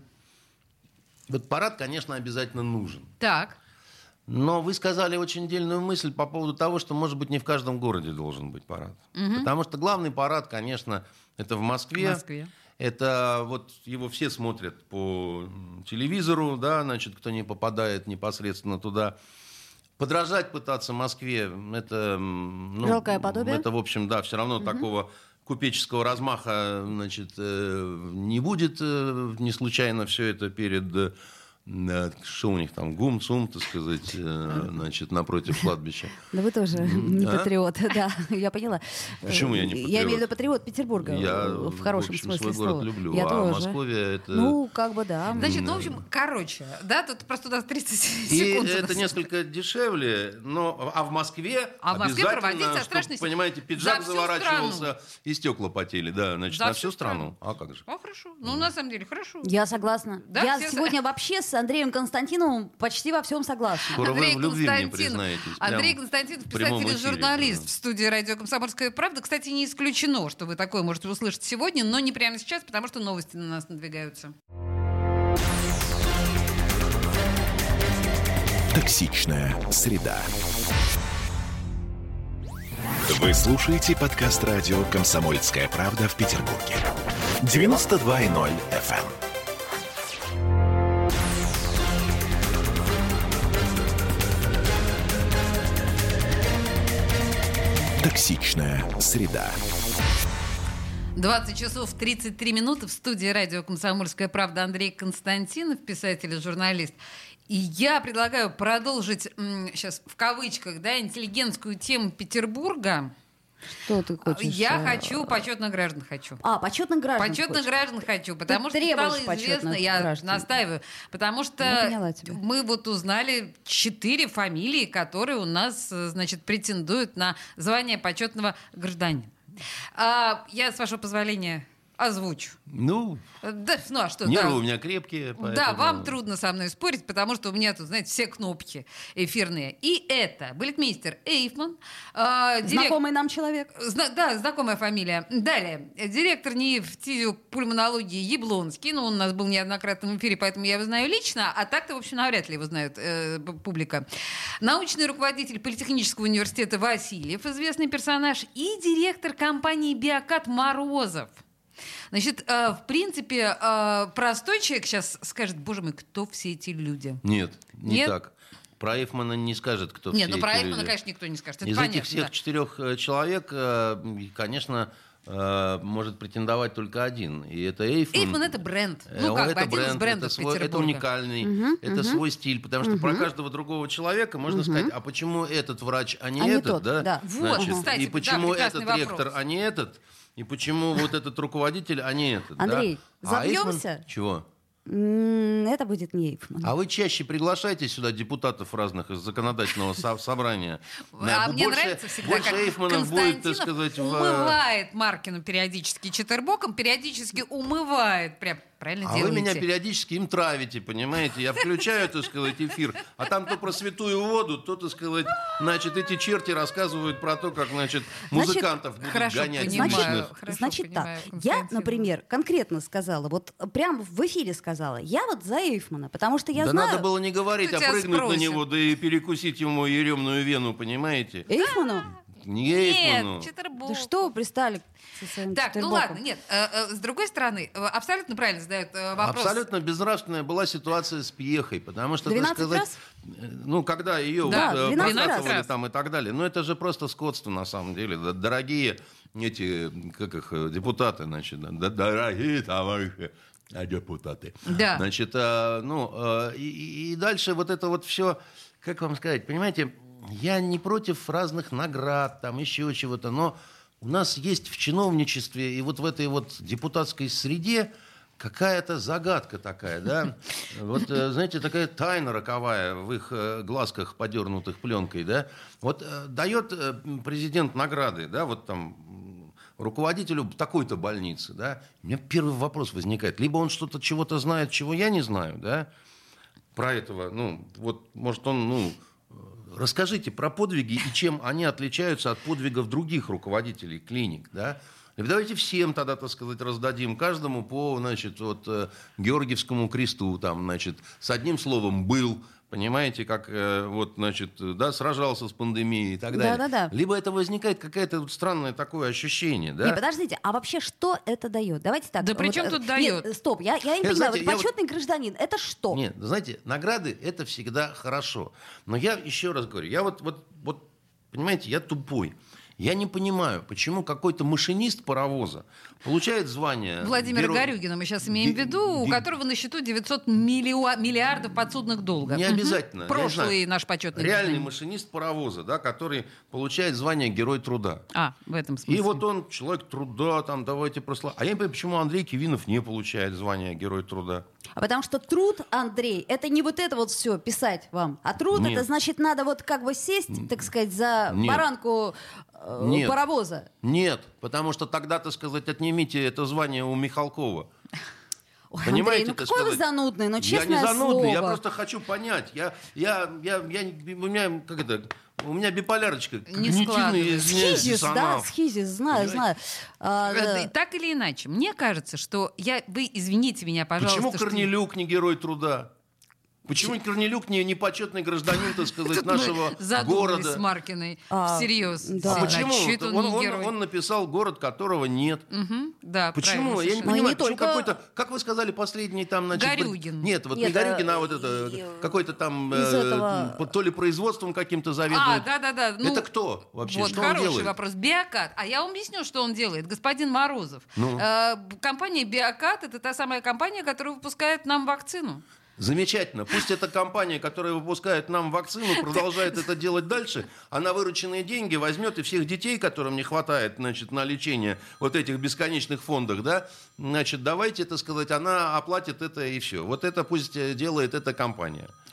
Speaker 4: вот парад, конечно, обязательно нужен.
Speaker 2: Так.
Speaker 4: Но вы сказали очень дельную мысль по поводу того, что, может быть, не в каждом городе должен быть парад. Потому что главный парад, конечно, это в Москве.
Speaker 2: В Москве.
Speaker 4: Это вот его все смотрят по телевизору, да, значит, кто не попадает непосредственно туда. Подражать пытаться Москве, это... Ну,
Speaker 3: Жалкое подобие?
Speaker 4: Это, в общем, да, все равно такого купеческого размаха, значит, не будет. Не случайно все это перед... Что у них там, ГУМ, ЦУМ, так сказать, значит, напротив кладбища.
Speaker 3: Да вы тоже не
Speaker 4: А?
Speaker 3: патриот, да, я поняла.
Speaker 4: Почему я не патриот?
Speaker 3: Я имею в виду патриот Петербурга,
Speaker 4: Я,
Speaker 3: в хорошем
Speaker 4: в общем,
Speaker 3: смысле
Speaker 4: свой город
Speaker 3: слова.
Speaker 4: люблю,
Speaker 3: Я
Speaker 4: а
Speaker 3: тоже.
Speaker 4: Московия это...
Speaker 3: Ну, как бы да.
Speaker 2: Значит, ну, в общем, короче, да, тут просто у нас 30
Speaker 4: И
Speaker 2: секунд.
Speaker 4: это несколько дешевле, но а в Москве
Speaker 2: А в Москве
Speaker 4: обязательно,
Speaker 2: проводить
Speaker 4: чтобы,
Speaker 2: страшный сек-
Speaker 4: понимаете, пиджак
Speaker 2: за всю
Speaker 4: заворачивался и стекла потели, да, значит,
Speaker 2: За
Speaker 4: на
Speaker 2: всю
Speaker 4: всю страну. А как же?
Speaker 2: А, хорошо. Ну, на самом деле, хорошо.
Speaker 3: Я согласна.
Speaker 2: Да,
Speaker 3: Я
Speaker 2: все
Speaker 3: сегодня вообще с Андреем Константиновым почти во всем согласна.
Speaker 4: Скоро
Speaker 2: Андрей
Speaker 4: вы в любви мне
Speaker 2: Константинов.
Speaker 4: признаетесь.
Speaker 2: Андрей
Speaker 4: прям
Speaker 2: Константинов,
Speaker 4: в прямом
Speaker 2: писатель и
Speaker 4: эфире,
Speaker 2: журналист
Speaker 4: да.
Speaker 2: в студии радио «Комсомольская правда». Кстати, не исключено, что вы такое можете услышать сегодня, но не прямо сейчас, потому что новости на нас надвигаются.
Speaker 1: Токсичная среда. Вы слушаете подкаст радио «Комсомольская правда» в Петербурге. 92.0 FM. Токсичная среда.
Speaker 2: 20 часов 33 минуты в студии радио «Комсомольская правда» Андрей Константинов, писатель и журналист. И я предлагаю продолжить, сейчас в кавычках, да, интеллигентскую тему Петербурга.
Speaker 3: Что ты хочешь?
Speaker 2: Я хочу, почетных граждан хочу.
Speaker 3: Почетных граждан
Speaker 2: Почетных
Speaker 3: хочешь?
Speaker 2: граждан хочу, потому что
Speaker 3: требуешь
Speaker 2: стало известно,
Speaker 3: почетных
Speaker 2: я
Speaker 3: граждан.
Speaker 2: настаиваю, потому что
Speaker 3: Я поняла тебя.
Speaker 2: мы вот узнали 4 фамилии, которые у нас, значит, претендуют на звание почетного гражданина. Я, с вашего позволения, озвучу.
Speaker 4: Ну,
Speaker 2: Да, ну а что?
Speaker 4: нервы
Speaker 2: Да.
Speaker 4: у меня крепкие. Поэтому...
Speaker 2: Да, вам трудно со мной спорить, потому что у меня тут, знаете, все кнопки эфирные. И это балетмейстер Эйфман.
Speaker 3: Знакомый нам человек.
Speaker 2: Да, знакомая фамилия. Далее. Директор НИИ фтизиопульмонологии Яблонский. Ну, он у нас был неоднократно в эфире, поэтому я его знаю лично. А так-то, в общем, навряд ли его знают публика. Научный руководитель Политехнического университета Васильев, известный персонаж. И директор компании «Биокат» Морозов. Значит, в принципе, простой человек сейчас скажет: боже мой, кто все эти люди?
Speaker 4: Нет, не
Speaker 2: Нет?
Speaker 4: так. Про Эйфмана не скажет, кто
Speaker 2: Нет,
Speaker 4: все
Speaker 2: ну про
Speaker 4: эти
Speaker 2: Эйфмана,
Speaker 4: люди.
Speaker 2: конечно, никто не скажет. Это
Speaker 4: Из
Speaker 2: понятно,
Speaker 4: этих всех
Speaker 2: да.
Speaker 4: 4 человек, конечно, может претендовать только один. И это Эйфман.
Speaker 2: Эйфман — это бренд. Ну, как бы
Speaker 4: это
Speaker 2: один из
Speaker 4: бренд,
Speaker 2: брендов
Speaker 4: это
Speaker 2: Петербурга.
Speaker 4: это уникальный, это свой стиль. Потому что про каждого другого человека можно сказать: а почему этот врач, а не
Speaker 3: А не
Speaker 4: этот?
Speaker 3: тот, да.
Speaker 2: Вот, кстати,
Speaker 4: и
Speaker 2: да,
Speaker 4: почему
Speaker 2: прекрасный
Speaker 4: этот
Speaker 2: вопрос.
Speaker 4: ректор, а не этот? И почему вот этот руководитель, а не этот?
Speaker 3: Андрей,
Speaker 4: да? А Эйфман-
Speaker 3: забьемся?
Speaker 4: Чего?
Speaker 3: Это будет не Эйфман.
Speaker 4: А вы чаще приглашайте сюда депутатов разных из законодательного собрания.
Speaker 2: А мне нравится всегда,
Speaker 4: больше
Speaker 2: как
Speaker 4: Эйфманов будет, так
Speaker 2: Константинов
Speaker 4: сказать,
Speaker 2: умывает Маркину периодически четвербоком, периодически умывает. Прям правильно
Speaker 4: А
Speaker 2: делаете.
Speaker 4: вы меня периодически им травите, понимаете? Я включаю, так сказать, эфир, а там то про святую воду, то, так сказать, значит, эти черти рассказывают про то, как, значит, музыкантов будут
Speaker 2: хорошо
Speaker 4: гонять
Speaker 2: понимаю.
Speaker 4: уличных.
Speaker 2: Хорошо
Speaker 3: Значит
Speaker 2: понимаю,
Speaker 3: так, я,
Speaker 2: Константин.
Speaker 3: например, конкретно сказала, вот прям в эфире сказала, я вот за Эйфмана, потому что я
Speaker 4: Да
Speaker 3: знаю...
Speaker 4: надо было не говорить,
Speaker 2: Кто
Speaker 4: а
Speaker 2: тебя
Speaker 4: прыгнуть
Speaker 2: спросит?
Speaker 4: на него, да и перекусить ему еремную вену, понимаете?
Speaker 3: Эйфману?
Speaker 4: Не Эйфману.
Speaker 2: Нет, четвербок.
Speaker 3: Да что вы пристали со своим
Speaker 2: Так, ну
Speaker 3: четвербоком?
Speaker 2: ладно, нет. С другой стороны, абсолютно правильно задают вопрос.
Speaker 4: Абсолютно безнравственная была ситуация с Пьехой, потому что,
Speaker 3: 12
Speaker 4: так сказать,
Speaker 3: раз?
Speaker 4: ну, когда ее
Speaker 2: Да,
Speaker 4: вот,
Speaker 3: 12
Speaker 4: прокатывали
Speaker 2: раз.
Speaker 4: там и так далее, ну, это же просто скотство на самом деле. Дорогие эти, как их, депутаты, значит, дорогие товарищи депутаты.
Speaker 2: Да.
Speaker 4: Значит, и дальше вот это вот все, как вам сказать, понимаете, я не против разных наград, там еще чего-то, но у нас есть в чиновничестве и вот в этой вот депутатской среде какая-то загадка такая, да? Вот, знаете, такая тайна роковая в их глазках, подернутых пленкой, да? Вот дает президент награды, да, вот там руководителю такой-то больницы, да? У меня первый вопрос возникает. Либо он что-то, чего-то знает, чего я не знаю, да? Про этого, ну, вот, может, он, ну... Расскажите про подвиги и чем они отличаются от подвигов других руководителей клиник, да? И давайте всем тогда, так сказать, раздадим, каждому по, значит, вот, Георгиевскому кресту, там, значит, с одним словом «был», понимаете, как, вот, значит, да, сражался с пандемией и так далее.
Speaker 3: Да-да-да.
Speaker 4: Либо это возникает какое-то вот странное такое ощущение, да?
Speaker 3: Не, подождите, а вообще что это дает? Давайте так.
Speaker 2: Да при чем тут дает?
Speaker 3: Нет, стоп, я не понимаю,
Speaker 4: знаете,
Speaker 3: вот
Speaker 4: я
Speaker 3: почетный гражданин, это что?
Speaker 4: Нет, знаете, награды – это всегда хорошо. Но я еще раз говорю, я вот понимаете, я тупой. Я не понимаю, почему какой-то машинист паровоза получает звание...
Speaker 2: Владимира Горюгина мы сейчас имеем в виду, у которого на счету 900 миллиардов подсудных долгов.
Speaker 4: Не обязательно.
Speaker 2: Прошлый наш почетный
Speaker 4: реальный
Speaker 2: гражданин.
Speaker 4: машинист паровоза, да, который получает звание Герой труда.
Speaker 2: В этом смысле.
Speaker 4: И вот он человек труда, там, давайте прославим. А я не понимаю, почему Андрей Кивинов не получает звание Герой труда.
Speaker 3: А потому что труд, Андрей, это не вот это вот все писать вам. А труд,
Speaker 4: Нет.
Speaker 3: это значит, надо вот как бы сесть, так сказать, за
Speaker 4: Нет.
Speaker 3: баранку
Speaker 4: Нет.
Speaker 3: паровоза.
Speaker 4: Нет, потому что тогда, так сказать, отнимите это звание у Михалкова.
Speaker 3: Ой,
Speaker 4: Понимаете,
Speaker 3: Андрей, ну
Speaker 4: так
Speaker 3: какой вы
Speaker 4: сказать?
Speaker 3: занудный, ну
Speaker 4: Я
Speaker 3: честное
Speaker 4: не занудный, я
Speaker 3: слово.
Speaker 4: просто хочу понять. У меня, как это, у меня биполярочка.
Speaker 2: Не
Speaker 4: когнитивный,
Speaker 2: складывается.
Speaker 4: извиняюсь,
Speaker 3: Схизис, да,
Speaker 4: диссонанс.
Speaker 3: схизис, знаю, знаю.
Speaker 2: Да, так или иначе, мне кажется, что вы извините меня, пожалуйста.
Speaker 4: Почему
Speaker 2: что-
Speaker 4: Корнелюк не Герой труда? Почему Корнелюк не почетный гражданин, так сказать,
Speaker 2: Тут мы
Speaker 4: нашего
Speaker 2: задумались
Speaker 4: города?
Speaker 2: с Маркиной.
Speaker 3: А,
Speaker 2: Всерьез.
Speaker 3: да.
Speaker 4: А почему?
Speaker 2: Чё это он не герой?
Speaker 4: Он написал город, которого нет.
Speaker 2: Да,
Speaker 4: Почему?
Speaker 2: правильно
Speaker 4: Я не
Speaker 2: совершенно.
Speaker 3: Ну, и
Speaker 4: понимаю,
Speaker 3: не
Speaker 4: почему
Speaker 3: только-
Speaker 4: какой-то, как вы сказали, последний там, значит...
Speaker 2: Горюгин.
Speaker 4: Нет, вот не
Speaker 3: Нет,
Speaker 4: Горюгин, а вот
Speaker 3: и-
Speaker 4: это, какой-то там,
Speaker 3: из этого-
Speaker 4: то ли производством каким-то заведует.
Speaker 2: Да.
Speaker 4: Это кто вообще?
Speaker 2: Вот
Speaker 4: Что он
Speaker 2: хороший
Speaker 4: делает?
Speaker 2: вопрос. Биокат. А я вам объясню, что он делает. Господин Морозов.
Speaker 4: Ну?
Speaker 2: Компания Биокат — это та самая компания, которая выпускает нам вакцину.
Speaker 4: Замечательно. Пусть эта компания, которая выпускает нам вакцину, продолжает это делать дальше. Она вырученные деньги возьмет и всех детей, которым не хватает, значит, на лечение вот этих бесконечных фондах, да, значит, давайте, так сказать, она оплатит это и все. Вот это пусть делает эта компания.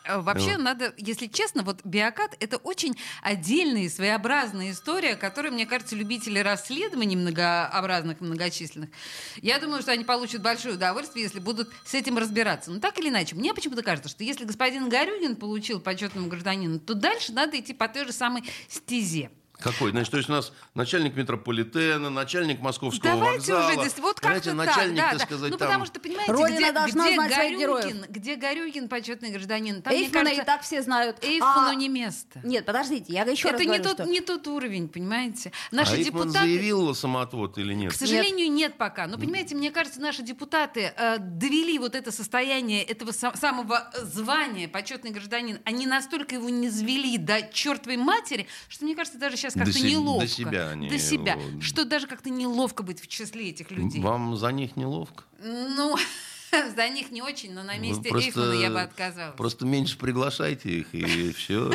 Speaker 2: Вообще надо, если честно, вот биокат — это очень отдельная и своеобразная история, которую, мне кажется, любители расследований многообразных, многочисленных, я думаю, что они получат большое удовольствие, если будут с этим разбираться. Но так или иначе, мне почему-то кажется, что если господин Горюгин получил почетного гражданина, то дальше надо идти по той же самой стезе.
Speaker 4: Какой? Значит, то есть у нас начальник метрополитена, начальник московского
Speaker 2: Давайте
Speaker 4: вокзала.
Speaker 2: уже, вот как-то
Speaker 4: начальник,
Speaker 2: так,
Speaker 4: так сказать,
Speaker 2: ну,
Speaker 4: там...
Speaker 2: потому что, понимаете,
Speaker 3: Родина должна знать своих героев.
Speaker 2: где Горюгин, почетный гражданин, там,
Speaker 3: Эйфмана
Speaker 2: мне кажется,
Speaker 3: и так все знают.
Speaker 2: Эйфману не место.
Speaker 3: Нет, подождите, я еще раз
Speaker 2: Это
Speaker 3: говорю,
Speaker 2: не тот уровень, понимаете? Наши
Speaker 4: Эйфман
Speaker 2: депутаты...
Speaker 4: заявил самоотвод или нет?
Speaker 2: К сожалению, нет пока. Но, понимаете, мне кажется, наши депутаты довели вот это состояние этого самого звания почетный гражданин, они настолько его не звели до чертовой матери, что, мне кажется, даже сейчас как-то неловко. До себя. Что даже как-то неловко быть в числе этих людей.
Speaker 4: Вам за них неловко?
Speaker 2: Ну, за них не очень, но на месте Эйфмана я бы отказалась.
Speaker 4: Просто меньше приглашайте их, и все.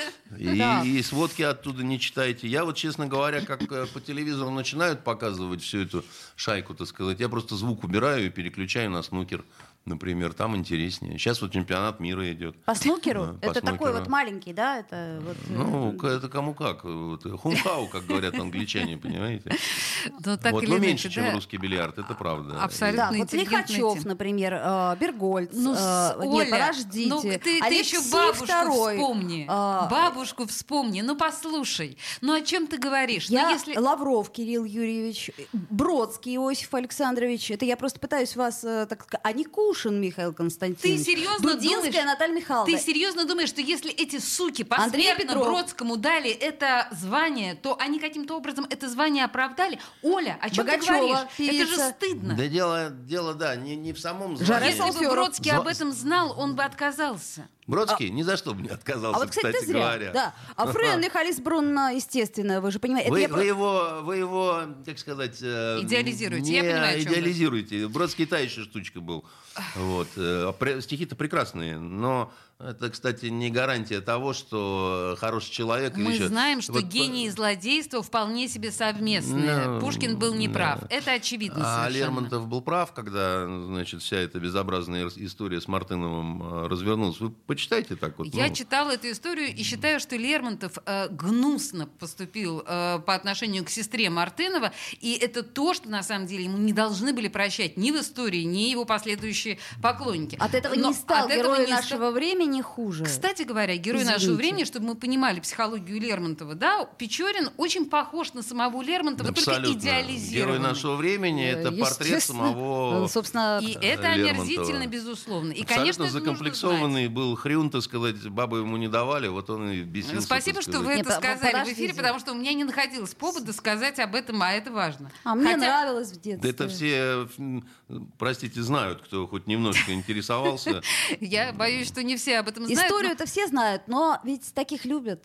Speaker 4: И сводки оттуда не читайте. Я вот, честно говоря, как по телевизору начинают показывать всю эту шайку, так сказать, я просто звук убираю и переключаю на снукер. Например, там интереснее. Сейчас вот чемпионат мира идет.
Speaker 3: По снукеру?
Speaker 4: Да,
Speaker 3: это
Speaker 4: по
Speaker 3: такой
Speaker 4: снукеру.
Speaker 3: вот маленький, да? Это вот,
Speaker 4: ну, это кому как. Вот, хумхау, как говорят англичане, понимаете?
Speaker 2: Вот,
Speaker 4: но меньше, чем русский бильярд, это правда.
Speaker 2: Абсолютно.
Speaker 3: да, вот Лихачев, например, Бергольц.
Speaker 2: Оля,
Speaker 3: нет, подождите.
Speaker 2: Ну, ты еще
Speaker 3: Алексей
Speaker 2: бабушку
Speaker 3: II.
Speaker 2: вспомни. Бабушку вспомни. Ну, послушай. Ну, о чем ты говоришь?
Speaker 3: Я
Speaker 2: ну, если...
Speaker 3: Лавров Кирилл Юрьевич, Бродский Иосиф Александрович. Это я просто пытаюсь вас, так сказать, а не Кушин Михаил Константинович.
Speaker 2: Ты серьезно
Speaker 3: Дудинская
Speaker 2: думаешь,
Speaker 3: Наталья Михайловна.
Speaker 2: Ты серьезно думаешь, что если эти суки
Speaker 3: Андрей
Speaker 2: посмертно
Speaker 3: Петров.
Speaker 2: Бродскому дали это звание, то они каким-то образом это звание оправдали? Оля, о чем ты
Speaker 3: Богачева,
Speaker 2: говоришь?
Speaker 3: певица.
Speaker 2: Это же стыдно.
Speaker 4: Да дело, да, не в самом
Speaker 3: Жаре
Speaker 4: звании.
Speaker 2: Если бы Бродский об этом знал, он бы отказался.
Speaker 4: Бродский ни за что бы не отказался,
Speaker 3: А вот, кстати, ты зря.
Speaker 4: говоря.
Speaker 3: Да. А Фрейндлих Алис Брунна, естественно, вы же понимаете.
Speaker 4: Вы
Speaker 3: это я
Speaker 4: его, так сказать...
Speaker 2: Идеализируете,
Speaker 4: не
Speaker 2: я понимаю, о чем вы.
Speaker 4: идеализируете. Бродский та еще штучка был. Вот. Стихи-то прекрасные, но это, кстати, не гарантия того, что хороший человек...
Speaker 2: Мы
Speaker 4: или
Speaker 2: знаем, что
Speaker 4: вот,
Speaker 2: гений и злодейство вполне себе совместные.
Speaker 4: Ну,
Speaker 2: Пушкин был неправ.
Speaker 4: да.
Speaker 2: Это очевидно
Speaker 4: А
Speaker 2: совершенно.
Speaker 4: Лермонтов был прав, когда, значит, вся эта безобразная история с Мартыновым развернулась. Вы почитайте так вот.
Speaker 2: Я читала эту историю и считаю, что Лермонтов гнусно поступил по отношению к сестре Мартынова, и это то, что на самом деле ему не должны были прощать ни в истории, ни его последующие поклонники.
Speaker 3: От этого
Speaker 2: Но
Speaker 3: не стал
Speaker 2: от этого
Speaker 3: герой
Speaker 2: не
Speaker 3: нашего времени хуже.
Speaker 2: Кстати говоря, герой нашего
Speaker 3: Извините.
Speaker 2: времени, чтобы мы понимали психологию Лермонтова, да, Печорин очень похож на самого Лермонтова,
Speaker 4: Абсолютно.
Speaker 2: только идеализированный.
Speaker 4: Герой нашего времени — это портрет
Speaker 3: Естественно.
Speaker 4: самого
Speaker 3: Собственно,
Speaker 2: И это
Speaker 4: Лермонтова.
Speaker 2: омерзительно, безусловно. И,
Speaker 4: Абсолютно
Speaker 2: конечно, это нужно знать.
Speaker 4: закомплексованный был хрюн, так сказать, бабы ему не давали, вот он и бесился.
Speaker 2: Спасибо,
Speaker 4: так
Speaker 2: что
Speaker 4: сказать.
Speaker 2: вы
Speaker 3: Не,
Speaker 2: это сказали в
Speaker 3: подождите.
Speaker 2: эфире, потому что у меня не находилось повода сказать об этом, а это важно.
Speaker 3: А мне
Speaker 2: Хотя-
Speaker 3: нравилось в
Speaker 4: Да
Speaker 3: детстве.
Speaker 4: это все, простите, знают, кто хоть немножко интересовался.
Speaker 2: Я боюсь, что не все об этом знают.
Speaker 3: Историю-то все знают, но ведь таких любят.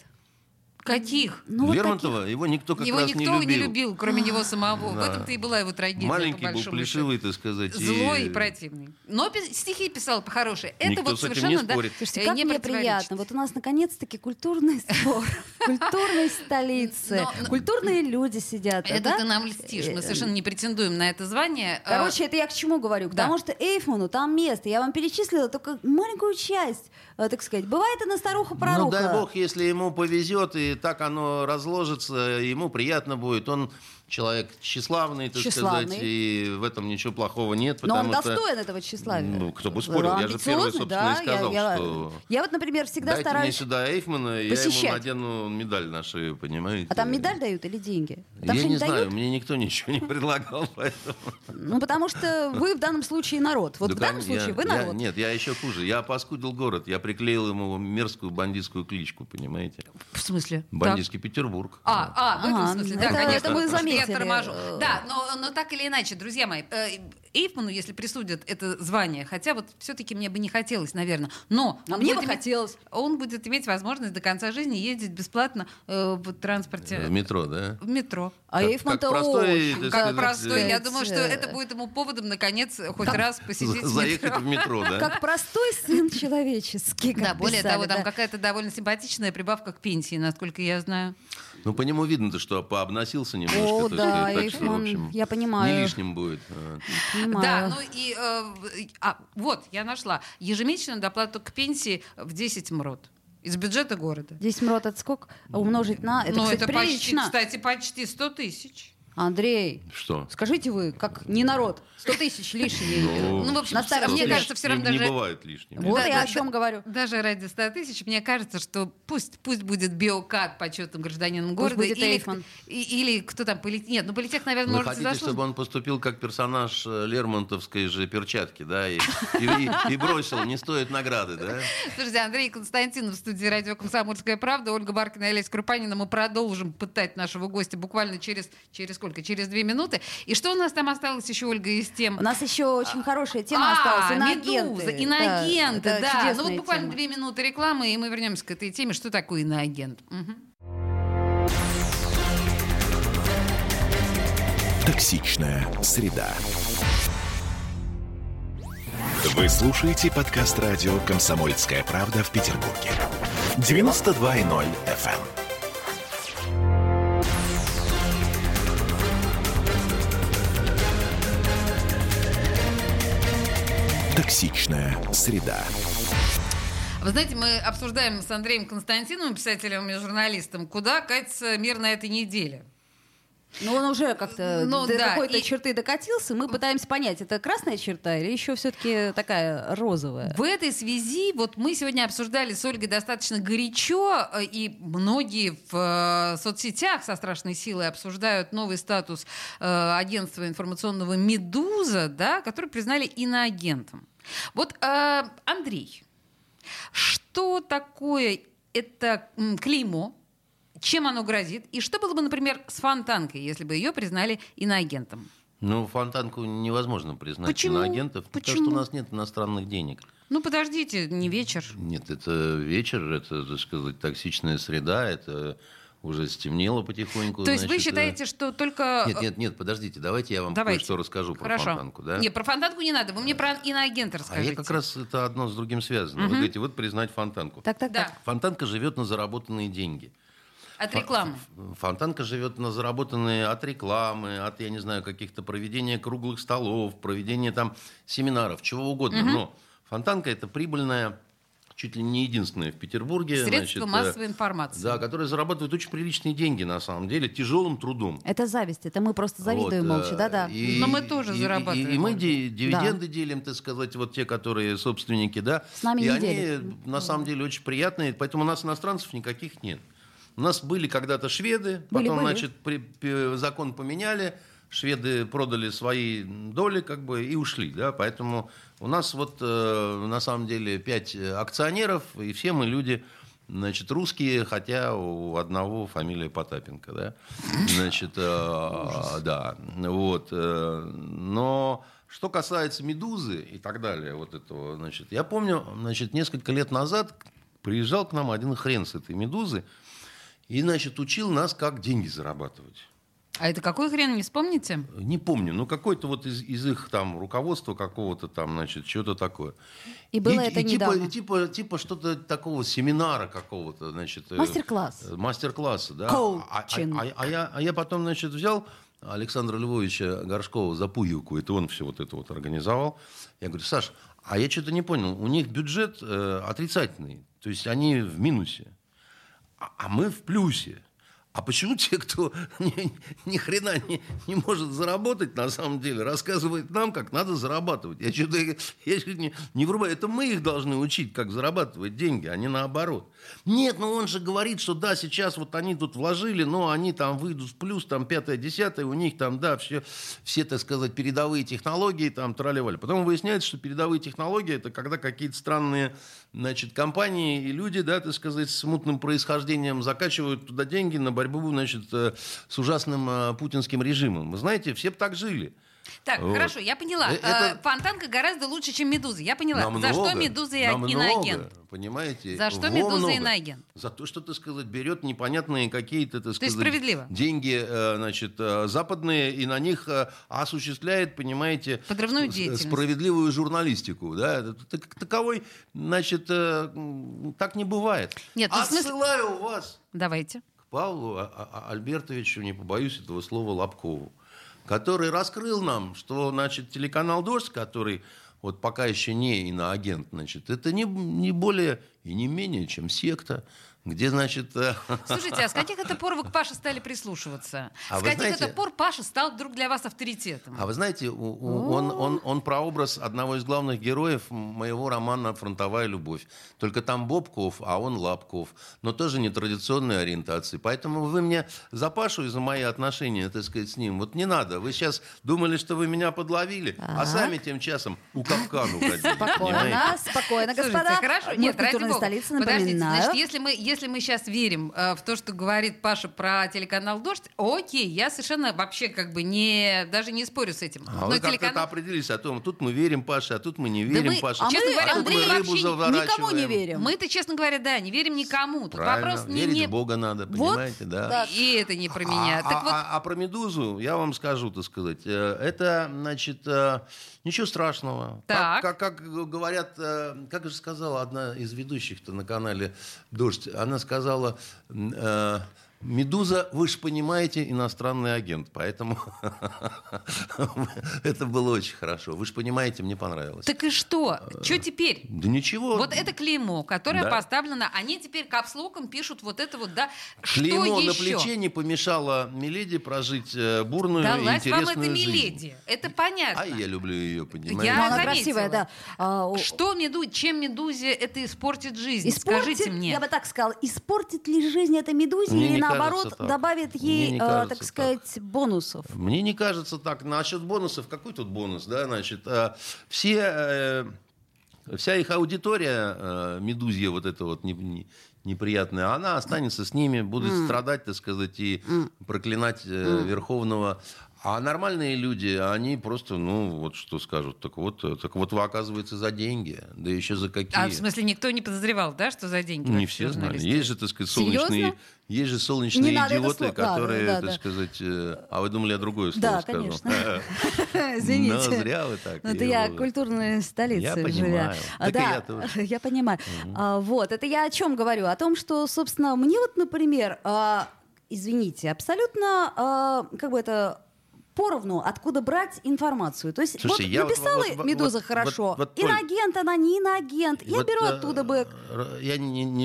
Speaker 2: Каких?
Speaker 3: Ну, вот
Speaker 4: Лермонтова его никто как
Speaker 2: Его
Speaker 4: раз
Speaker 2: никто
Speaker 4: не
Speaker 2: не
Speaker 4: любил.
Speaker 2: любил, кроме него самого. В
Speaker 4: Да.
Speaker 2: этом-то и была его трагедия.
Speaker 4: Маленький
Speaker 2: по
Speaker 4: был,
Speaker 2: большому
Speaker 4: плешивый,
Speaker 2: счету.
Speaker 4: так сказать.
Speaker 2: Злой и противный. Но стихи писал хорошие. Это
Speaker 4: Никто
Speaker 2: вот
Speaker 4: с этим
Speaker 2: совершенно
Speaker 4: не спорит.
Speaker 3: Слушайте, как
Speaker 2: не
Speaker 3: мне
Speaker 2: противоречит.
Speaker 3: приятно. Вот у нас наконец-таки культурный спор. В культурной столице.
Speaker 2: Но-
Speaker 3: Культурные люди сидят.
Speaker 2: Это
Speaker 3: да?
Speaker 2: ты нам льстишь. Мы совершенно не претендуем на это звание.
Speaker 3: Короче, это я к чему говорю? К
Speaker 2: Да.
Speaker 3: тому, что Эйфману там место. Я вам перечислила только маленькую часть, так сказать. Бывает и на старуха-проруха.
Speaker 4: Ну, дай бог, если ему повезет, и так оно разложится, ему приятно будет. Он человек тщеславный, так
Speaker 3: Тщеславный.
Speaker 4: сказать, и в этом ничего плохого нет.
Speaker 3: Но он
Speaker 4: потому что...
Speaker 3: достоин этого тщеславия.
Speaker 4: Ну, кто бы спорил, я же первый,
Speaker 3: Амбициозный,
Speaker 4: собственно, и сказал,
Speaker 3: я,
Speaker 4: что...
Speaker 3: Я вот, например, всегда
Speaker 4: Дайте мне
Speaker 3: стараюсь...
Speaker 4: сюда Эйфмана, и я
Speaker 3: посещать.
Speaker 4: ему надену медаль на шею, понимаете?
Speaker 3: А там медаль дают или деньги? Там
Speaker 4: Я
Speaker 3: что,
Speaker 4: не знаю,
Speaker 3: дают?
Speaker 4: мне никто ничего не предлагал, поэтому...
Speaker 3: Ну, потому что вы в данном случае народ. Вот
Speaker 4: Да,
Speaker 3: в данном случае вы народ.
Speaker 4: Нет, я еще хуже. Я опаскудил город. Я приклеил ему мерзкую бандитскую кличку, понимаете?
Speaker 2: В смысле?
Speaker 4: Бандитский Петербург.
Speaker 2: В этом
Speaker 3: Ага,
Speaker 2: смысле,
Speaker 3: это-
Speaker 2: да, конечно.
Speaker 3: это мы
Speaker 2: потому что
Speaker 3: заметили.
Speaker 2: Я торможу. Да, но так или иначе, друзья мои, Эйфману, если присудят это звание, хотя вот все-таки мне бы не хотелось, наверное, но
Speaker 3: А
Speaker 2: он
Speaker 3: мне
Speaker 2: будет
Speaker 3: бы
Speaker 2: иметь-
Speaker 3: хотелось.
Speaker 2: Он будет иметь возможность до конца жизни ездить бесплатно в транспорте.
Speaker 4: В метро, да?
Speaker 2: В метро.
Speaker 3: А
Speaker 4: Как-
Speaker 3: Эйфман-то
Speaker 4: как простой,
Speaker 3: очень...
Speaker 4: так
Speaker 2: Как
Speaker 4: сказать,
Speaker 2: простой. Я
Speaker 3: сказать,
Speaker 2: думаю, что это будет ему поводом, наконец, хоть раз посетить
Speaker 4: Заехать
Speaker 2: метро.
Speaker 4: в метро, да?
Speaker 3: Как простой сын человеческий. Как
Speaker 2: Да, более
Speaker 3: писали,
Speaker 2: того, там
Speaker 3: да.
Speaker 2: какая-то довольно симпатичная прибавка к пенсии, насколько я знаю.
Speaker 4: Ну, по нему видно, что пообносился немножко.
Speaker 3: О, да,
Speaker 4: так что, в общем,
Speaker 3: я понимаю.
Speaker 4: не лишним будет.
Speaker 3: Понимаю.
Speaker 2: Да, ну и вот, я нашла. Ежемесячную доплату к пенсии в 10 МРОТ. Из бюджета города.
Speaker 3: 10 МРОТ это сколько? Умножить на... Это,
Speaker 2: ну,
Speaker 3: кстати,
Speaker 2: это
Speaker 3: прилично.
Speaker 2: почти 100 тысяч.
Speaker 3: Андрей,
Speaker 4: Что?
Speaker 3: скажите вы, как не народ, 100 тысяч лишние.
Speaker 2: Ну, в общем, мне кажется, все равно
Speaker 4: не
Speaker 2: даже...
Speaker 4: бывает лишним.
Speaker 3: Вот
Speaker 2: Да,
Speaker 3: я
Speaker 2: да,
Speaker 3: о чем говорю.
Speaker 2: Даже ради 100 тысяч, мне кажется, что пусть будет биокат почетным гражданином
Speaker 3: Пусть
Speaker 2: города.
Speaker 3: будет Эйфман.
Speaker 2: Или кто там, политех. Нет, ну политех, наверное,
Speaker 4: Вы
Speaker 2: может
Speaker 4: хотите,
Speaker 2: заслужить.
Speaker 4: чтобы он поступил как персонаж Лермонтовской же перчатки, да, и бросил, не стоит награды, да?
Speaker 2: Слушайте, Андрей Константинов в студии радио «Комсомольская правда», Ольга Баркина и Олеся Крупанина. Мы продолжим пытать нашего гостя буквально через сколько? Через 2 минуты. И что у нас там осталось еще, Ольга, из тем?
Speaker 3: У нас еще очень хорошая тема осталась.
Speaker 2: Медуза, иноагенты,
Speaker 3: это
Speaker 2: да. Ну
Speaker 3: чудесная
Speaker 2: вот буквально
Speaker 3: тема.
Speaker 2: 2 минуты рекламы, и мы вернемся к этой теме. Что такое иноагент?
Speaker 1: Токсичная среда. Вы слушаете подкаст радио «Комсомольская правда» в Петербурге. 92.0 FM. Токсичная среда.
Speaker 2: Вы знаете, мы обсуждаем с Андреем Константиновым, писателем и журналистом, куда катится мир на этой неделе.
Speaker 3: Ну, он уже как-то до
Speaker 2: да,
Speaker 3: какой-то черты докатился. Мы пытаемся понять, это красная черта или еще все-таки такая розовая?
Speaker 2: В этой связи вот мы сегодня обсуждали с Ольгой достаточно горячо, и многие в соцсетях со страшной силой обсуждают новый статус агентства информационного «Медуза», да, который признали иноагентом. Вот, Андрей, что такое это клеймо? Чем оно грозит? И что было бы, например, с Фонтанкой, если бы ее признали иноагентом?
Speaker 4: Ну, Фонтанку невозможно признать
Speaker 2: Почему?
Speaker 4: иноагентов, потому
Speaker 2: Почему?
Speaker 4: что у нас нет иностранных денег.
Speaker 2: Ну, подождите, не вечер.
Speaker 4: Нет, это вечер, это, так сказать, токсичная среда, это уже стемнело потихоньку.
Speaker 2: То есть вы считаете, что только...
Speaker 4: Нет, подождите, давайте я вам
Speaker 2: Давайте.
Speaker 4: кое-что расскажу про
Speaker 2: Хорошо.
Speaker 4: Фонтанку. Да?
Speaker 2: Нет, про Фонтанку не надо, вы мне про иноагента
Speaker 4: А
Speaker 2: расскажите.
Speaker 4: я как раз это одно с другим связано. Вы говорите, вот признать Фонтанку.
Speaker 3: Так.
Speaker 2: Да,
Speaker 4: Фонтанка живет на заработанные деньги.
Speaker 2: от рекламы.
Speaker 4: Фонтанка живет на заработанные от рекламы, от, я не знаю, каких-то проведения круглых столов, проведения там семинаров, чего угодно. Но Фонтанка — это прибыльная, чуть ли не единственная в Петербурге.
Speaker 2: Средства массовой информации.
Speaker 4: Да, которая зарабатывает очень приличные деньги, на самом деле, тяжелым трудом.
Speaker 3: Это зависть, это мы просто завидуем молча, да-да.
Speaker 2: Но мы тоже зарабатываем.
Speaker 4: И мы дивиденды делим, так сказать, вот те, которые собственники, да.
Speaker 3: С нами
Speaker 4: и
Speaker 3: не
Speaker 4: они,
Speaker 3: делят.
Speaker 4: на самом деле, очень приятные, поэтому у нас иностранцев никаких нет. У нас были когда-то шведы, потом, значит, закон поменяли, шведы продали свои доли, как бы, и ушли, да, поэтому у нас вот, на самом деле, 5 акционеров, и все мы люди, значит, русские, хотя у одного фамилия Потапенко, да, значит, да, вот, но... Что касается «Медузы» и так далее, вот этого, значит, я помню, значит, несколько лет назад приезжал к нам один хрен с этой «Медузы», и, значит, учил нас, как деньги зарабатывать.
Speaker 2: А это какой хрен, не вспомните?
Speaker 4: Не помню, но какой-то вот из их там руководства какого-то там, значит, что-то такое.
Speaker 3: И было это недавно.
Speaker 4: Типа что-то такого, семинара какого-то, значит.
Speaker 3: Мастер-класс.
Speaker 4: Мастер-класса, да.
Speaker 3: Коучинг.
Speaker 4: А я потом, значит, взял Александра Львовича Горшкова за пуговку, это он все вот это вот организовал. Я говорю, Саш, а я что-то не понял, у них бюджет отрицательный, то есть они в минусе. А мы в плюсе. А почему те, кто ни хрена не может заработать, на самом деле, рассказывают нам, как надо зарабатывать? Я что-то не врубаю. Это мы их должны учить, как зарабатывать деньги, а не наоборот. Нет, ну он же говорит, что да, сейчас вот они тут вложили, но они там выйдут в плюс, там 5-10, у них там, да, все, так сказать, передовые технологии, там, трали-вали. Потом выясняется, что передовые технологии — это когда какие-то странные, значит, компании и люди, да, так сказать, с мутным происхождением закачивают туда деньги на борьбу, значит, с ужасным путинским режимом. Вы знаете, все бы так жили.
Speaker 2: Так,
Speaker 4: вот.
Speaker 2: Хорошо, я поняла. Фонтанка гораздо лучше, чем «Медуза». Я поняла.
Speaker 4: Намного,
Speaker 2: За что «Медуза» и иноагент?
Speaker 4: Понимаете?
Speaker 2: За что «Медуза» и иноагент?
Speaker 4: За то, что, так сказать, берет непонятные какие-то, так сказать,
Speaker 2: справедливо.
Speaker 4: деньги, значит, западные, и на них осуществляет, понимаете,
Speaker 2: подрывную деятельность,
Speaker 4: справедливую журналистику. Да? Таковой, значит, так не бывает.
Speaker 2: Нет,
Speaker 4: Отсылаю вас
Speaker 2: Давайте.
Speaker 4: к Павлу Альбертовичу, не побоюсь этого слова, Лобкову, который раскрыл нам, что, значит, телеканал «Дождь», который вот пока еще не иноагент, значит, это не более и не менее, чем секта, где, значит...
Speaker 2: Слушайте, а с каких это пор вы к Паше стали прислушиваться?
Speaker 4: А
Speaker 2: с каких это пор Паша стал вдруг для вас авторитетом?
Speaker 4: А вы знаете, он прообраз одного из главных героев моего романа «Фронтовая любовь». Только там Бобков, а он Лобков. Но тоже нетрадиционной ориентации. Поэтому вы мне за Пашу и за мои отношения, так сказать, с ним, вот не надо. Вы сейчас думали, что вы меня подловили, а сами тем часом у капкана угодили.
Speaker 3: Спокойно, господа.
Speaker 2: Слушайте, хорошо.
Speaker 3: Нет, ради бога.
Speaker 2: Подождите, значит, если мы сейчас верим в то, что говорит Паша про телеканал «Дождь», окей, я совершенно вообще как бы даже не спорю с этим.
Speaker 4: А вы как-то определились о том, тут мы верим Паше, а тут мы не верим Паше.
Speaker 2: Честно говоря, Андрей,
Speaker 4: рыбу
Speaker 3: никому не верим.
Speaker 2: Мы-то, честно говоря, да, не верим никому. Тут вопрос
Speaker 4: верить в Бога надо, понимаете, да.
Speaker 2: И это не про меня.
Speaker 4: А про «Медузу» я вам скажу, так сказать, это, значит, ничего страшного. Как говорят, как же сказала одна из ведущих-то на канале «Дождь», она сказала: «Медуза, вы же понимаете, иностранный агент». Поэтому это было очень хорошо. Вы же понимаете, мне понравилось.
Speaker 2: Так и что? Что теперь?
Speaker 4: Да ничего.
Speaker 2: Вот это клеймо, которое поставлено, они теперь капслоком пишут вот это вот, да.
Speaker 4: Клеймо
Speaker 2: что
Speaker 4: на
Speaker 2: еще?
Speaker 4: Плече не помешало Миледи прожить бурную и
Speaker 2: Далась
Speaker 4: интересную
Speaker 2: вам эта
Speaker 4: жизнь.
Speaker 2: Миледи. Это понятно.
Speaker 4: А я люблю ее, понимаете?
Speaker 2: Я
Speaker 3: она
Speaker 2: заметила.
Speaker 3: красивая, да.
Speaker 2: Чем Медузе это испортит жизнь? Скажите мне.
Speaker 3: Я бы так сказала, испортит ли жизнь этой Медузе
Speaker 4: Мне
Speaker 3: или
Speaker 4: не
Speaker 3: наоборот
Speaker 4: кажется так.
Speaker 3: добавит
Speaker 4: Мне
Speaker 3: ей,
Speaker 4: не кажется
Speaker 3: так сказать, бонусов?
Speaker 4: Мне не кажется так. Насчет бонусов, какой тут бонус, да, значит, вся их аудитория, Медузья вот эта вот неприятная, она останется с ними, будет страдать, так сказать, и проклинать Верховного. А нормальные люди, они просто, вот что скажут, так вот вы, оказывается, за деньги, да еще за какие.
Speaker 2: А в смысле никто не подозревал, да, что за деньги?
Speaker 4: Не все знали. Есть же, так сказать, солнечные идиоты, которые, так сказать... А вы думали, я другое слово скажу?
Speaker 3: Да, конечно. Извините.
Speaker 4: Но зря вы так.
Speaker 3: Это я культурной столице
Speaker 4: Я
Speaker 3: живя.
Speaker 4: понимаю. Так и я
Speaker 3: Да,
Speaker 4: тоже.
Speaker 3: я понимаю. Вот, это я о чем говорю? О том, что, собственно, мне вот, например, извините, абсолютно, как бы это... поровну, откуда брать информацию. То есть,
Speaker 4: слушайте,
Speaker 3: вот написала «Медуза» хорошо, иноагент она, не иноагент, я беру оттуда бы...
Speaker 4: Я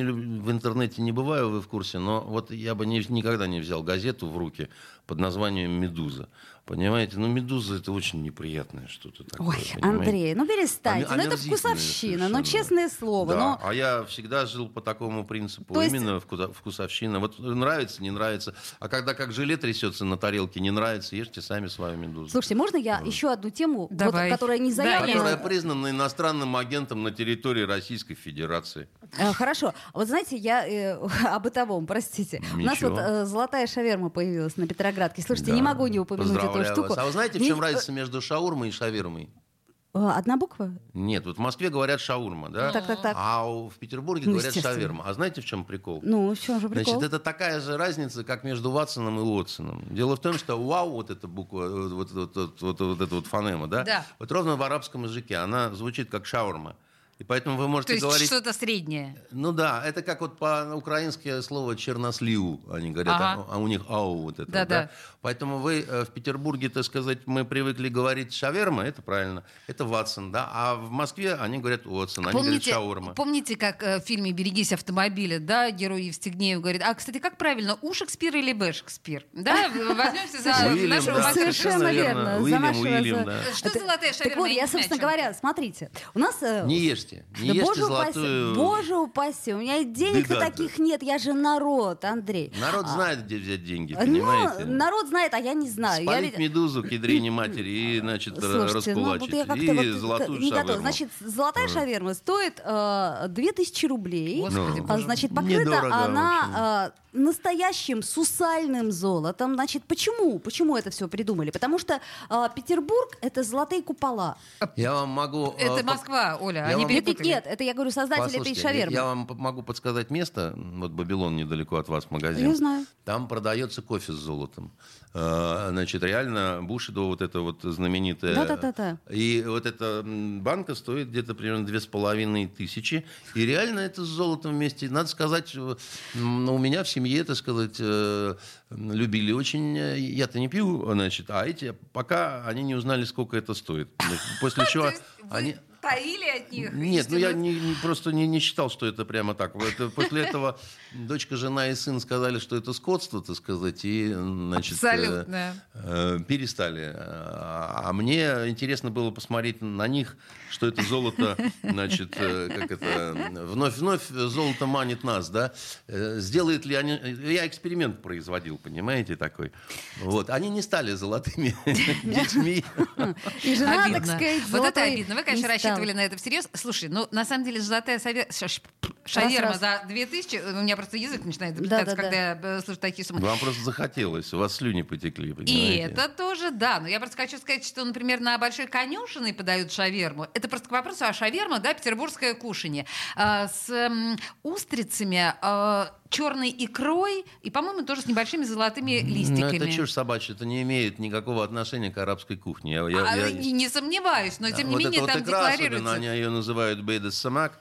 Speaker 4: в интернете не бываю, вы в курсе, но вот я бы никогда не взял газету в руки под названием «Медуза». Понимаете? «Медуза» — это очень неприятное что-то такое.
Speaker 3: Ой, Андрей, перестаньте. Это вкусовщина, честное слово.
Speaker 4: Да, а я всегда жил по такому принципу. То именно вкусовщина. Вот нравится, не нравится. А когда как желе трясется на тарелке, не нравится, ешьте сами свою «Медузу».
Speaker 3: Слушайте, можно я еще одну тему, которая не заявлена?
Speaker 4: Которая признана иностранным агентом на территории Российской Федерации.
Speaker 3: Хорошо. Вот знаете, я о бытовом, простите.
Speaker 4: Ничего.
Speaker 3: У нас вот золотая шаверма появилась на Петроградке. Слушайте, не могу не упомянуть эту штуку.
Speaker 4: А вы знаете, в чем разница между шаурмой и шавермой?
Speaker 3: Одна буква?
Speaker 4: Нет, вот в Москве говорят шаурма, да?
Speaker 3: Так.
Speaker 4: А в Петербурге говорят шаверма. А знаете, в чем прикол?
Speaker 3: В чем же прикол?
Speaker 4: Значит, это такая же разница, как между Ватсоном и Уотсоном. Дело в том, что вау, вот эта буква, вот эта вот фонема, да? Вот ровно в арабском языке она звучит как шаурма. И поэтому вы можете говорить...
Speaker 2: То есть что-то среднее.
Speaker 4: Да, это как вот по-украински слово «чернослив», они говорят, а у них «ау» вот это. Да. Поэтому вы в Петербурге, так сказать, мы привыкли говорить «шаверма», это правильно, это «Ватсон», да, а в Москве они говорят «Уотсон», они говорят «шаурма».
Speaker 2: Помните, как в фильме «Берегись автомобиля», да, герой Евстигнеев говорит, кстати, как правильно, у Шекспира или Б. Шекспир? Да, возьмемся за нашего мастера.
Speaker 3: Совершенно верно.
Speaker 4: Уильям, да.
Speaker 2: Что золотая шаверма?
Speaker 3: Так вот, я, собственно говоря, смотрите, у нас...
Speaker 4: Не ешьте золотую...
Speaker 3: Боже упаси, у меня денег таких нет, я же народ, Андрей.
Speaker 4: Народ знает, где взять деньги, понимаете?
Speaker 3: Народ знает, а я не знаю.
Speaker 4: Спалить медузу к ядрине матери и, значит, раскулачить. И золотую шаверму.
Speaker 3: Значит, золотая шаверма стоит 2000 рублей. Значит, покрыта
Speaker 4: недорого,
Speaker 3: она настоящим сусальным золотом. Значит, почему это все придумали? Потому что Петербург — это золотые купола.
Speaker 4: Я вам могу...
Speaker 2: Это Москва, Оля, а не
Speaker 4: Я
Speaker 2: перепутали.
Speaker 3: Нет, это я говорю создатель этой шавермы.
Speaker 4: Я вам могу подсказать место. Вот «Babylon» недалеко от вас магазин.
Speaker 3: Я знаю.
Speaker 4: Там продается кофе с золотом. Значит, реально Бушидо вот это вот знаменитое.
Speaker 3: Да.
Speaker 4: И вот эта банка стоит где-то примерно 2500. И реально это с золотом вместе. Надо сказать, у меня в семье, так сказать, любили очень. Я-то не пью, значит, а эти пока они не узнали, сколько это стоит. После чего они...
Speaker 2: Таили от них?
Speaker 4: Нет, я просто не считал, что это прямо так. После этого дочка, жена и сын сказали, что это скотство, так сказать, и, значит, перестали. А мне интересно было посмотреть на них, что это золото, значит, как это, вновь золото манит нас, да? Сделает ли они... Я эксперимент производил, понимаете, такой. Вот. Они не стали золотыми детьми.
Speaker 3: И жена, так сказать,
Speaker 2: вот это обидно. Вы, конечно, рассчитывали на это всерьез. Слушай, ну, на самом деле, золотая шаверма за 2000, у меня просто язык начинает заплетаться, когда я слышу такие суммы.
Speaker 4: Вам просто захотелось, у вас слюни потекли, понимаете?
Speaker 2: И это тоже, да. Но я просто хочу сказать, что, например, на Большой Конюшиной подают шаверму. Это просто к вопросу о шаверме, да, петербургское кушанье. С устрицами, черной икрой и, по-моему, тоже с небольшими золотыми листиками.
Speaker 4: Ну, это чушь собачья, это не имеет никакого отношения к арабской кухне.
Speaker 2: Я не сомневаюсь, но, тем не менее, там декларируется.
Speaker 4: Они ее называют бейдес самак,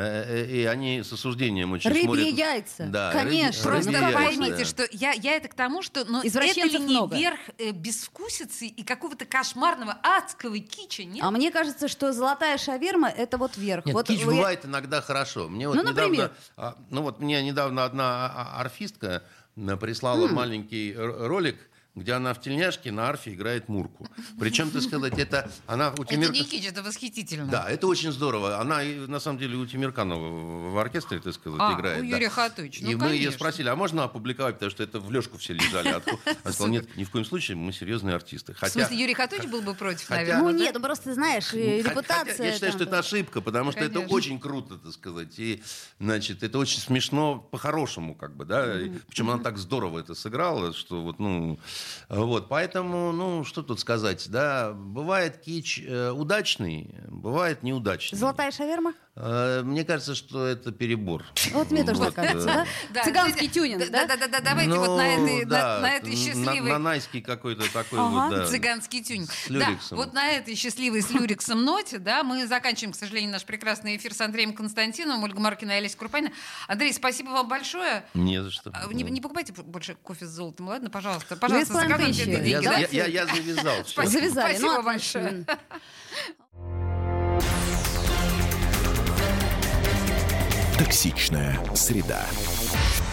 Speaker 4: и они с осуждением очень
Speaker 3: рыбьи
Speaker 4: смотрят.
Speaker 3: яйца,
Speaker 4: да,
Speaker 3: конечно.
Speaker 2: Просто
Speaker 4: яйца,
Speaker 2: поймите, что я это к тому, что это ли не
Speaker 3: много.
Speaker 2: верх безвкусицы и какого-то кошмарного адского кича, нет?
Speaker 3: А мне кажется, что золотая шаверма — это вот верх.
Speaker 4: Нет,
Speaker 3: вот
Speaker 4: кич бывает иногда хорошо. Мне вот
Speaker 3: например?
Speaker 4: мне недавно одна арфистка прислала маленький ролик, где она в тельняшке на арфе играет Мурку. Причем, так сказать, это она у Тимирканова...
Speaker 2: Это не кич, это восхитительно.
Speaker 4: Да, это очень здорово. Она, на самом деле, у Тимирканова в оркестре, так сказать, играет.
Speaker 2: У Юрия Хатовича.
Speaker 4: И мы ее спросили, а можно опубликовать, потому что это в лёжку все лежали. Она сказала, нет, ни в коем случае, мы серьезные артисты.
Speaker 2: В смысле, Юрий Хатович был бы против, наверное?
Speaker 3: Ну нет, просто знаешь, репутация...
Speaker 4: Я считаю, что это ошибка, потому что это очень круто, так сказать. И, значит, это очень смешно по-хорошему, как бы, да. Причем она так здорово это сыграла, что вот, вот, поэтому, что тут сказать, да, бывает кич удачный, бывает неудачный.
Speaker 3: Золотая шаверма?
Speaker 4: Мне кажется, что это перебор.
Speaker 3: Вот мне тоже так кажется, да? Цыганский тюнинг, да?
Speaker 2: Да, давайте вот на этой счастливой...
Speaker 4: Нанайский какой-то такой вот, да.
Speaker 2: Цыганский тюнинг.
Speaker 4: С люриксом.
Speaker 2: Да, вот на этой счастливой с люриксом ноте, да, мы заканчиваем, к сожалению, наш прекрасный эфир с Андреем Константиновым, Ольгой Маркиной и Олесей Крупанина. Андрей, спасибо вам большое.
Speaker 4: Не за что.
Speaker 2: Не покупайте больше кофе с золотом, ладно? Пожалуйста,
Speaker 3: сэкономьте
Speaker 2: деньги.
Speaker 4: Я завязал.
Speaker 3: Завязали.
Speaker 2: Спасибо большое.
Speaker 1: Токсичная среда.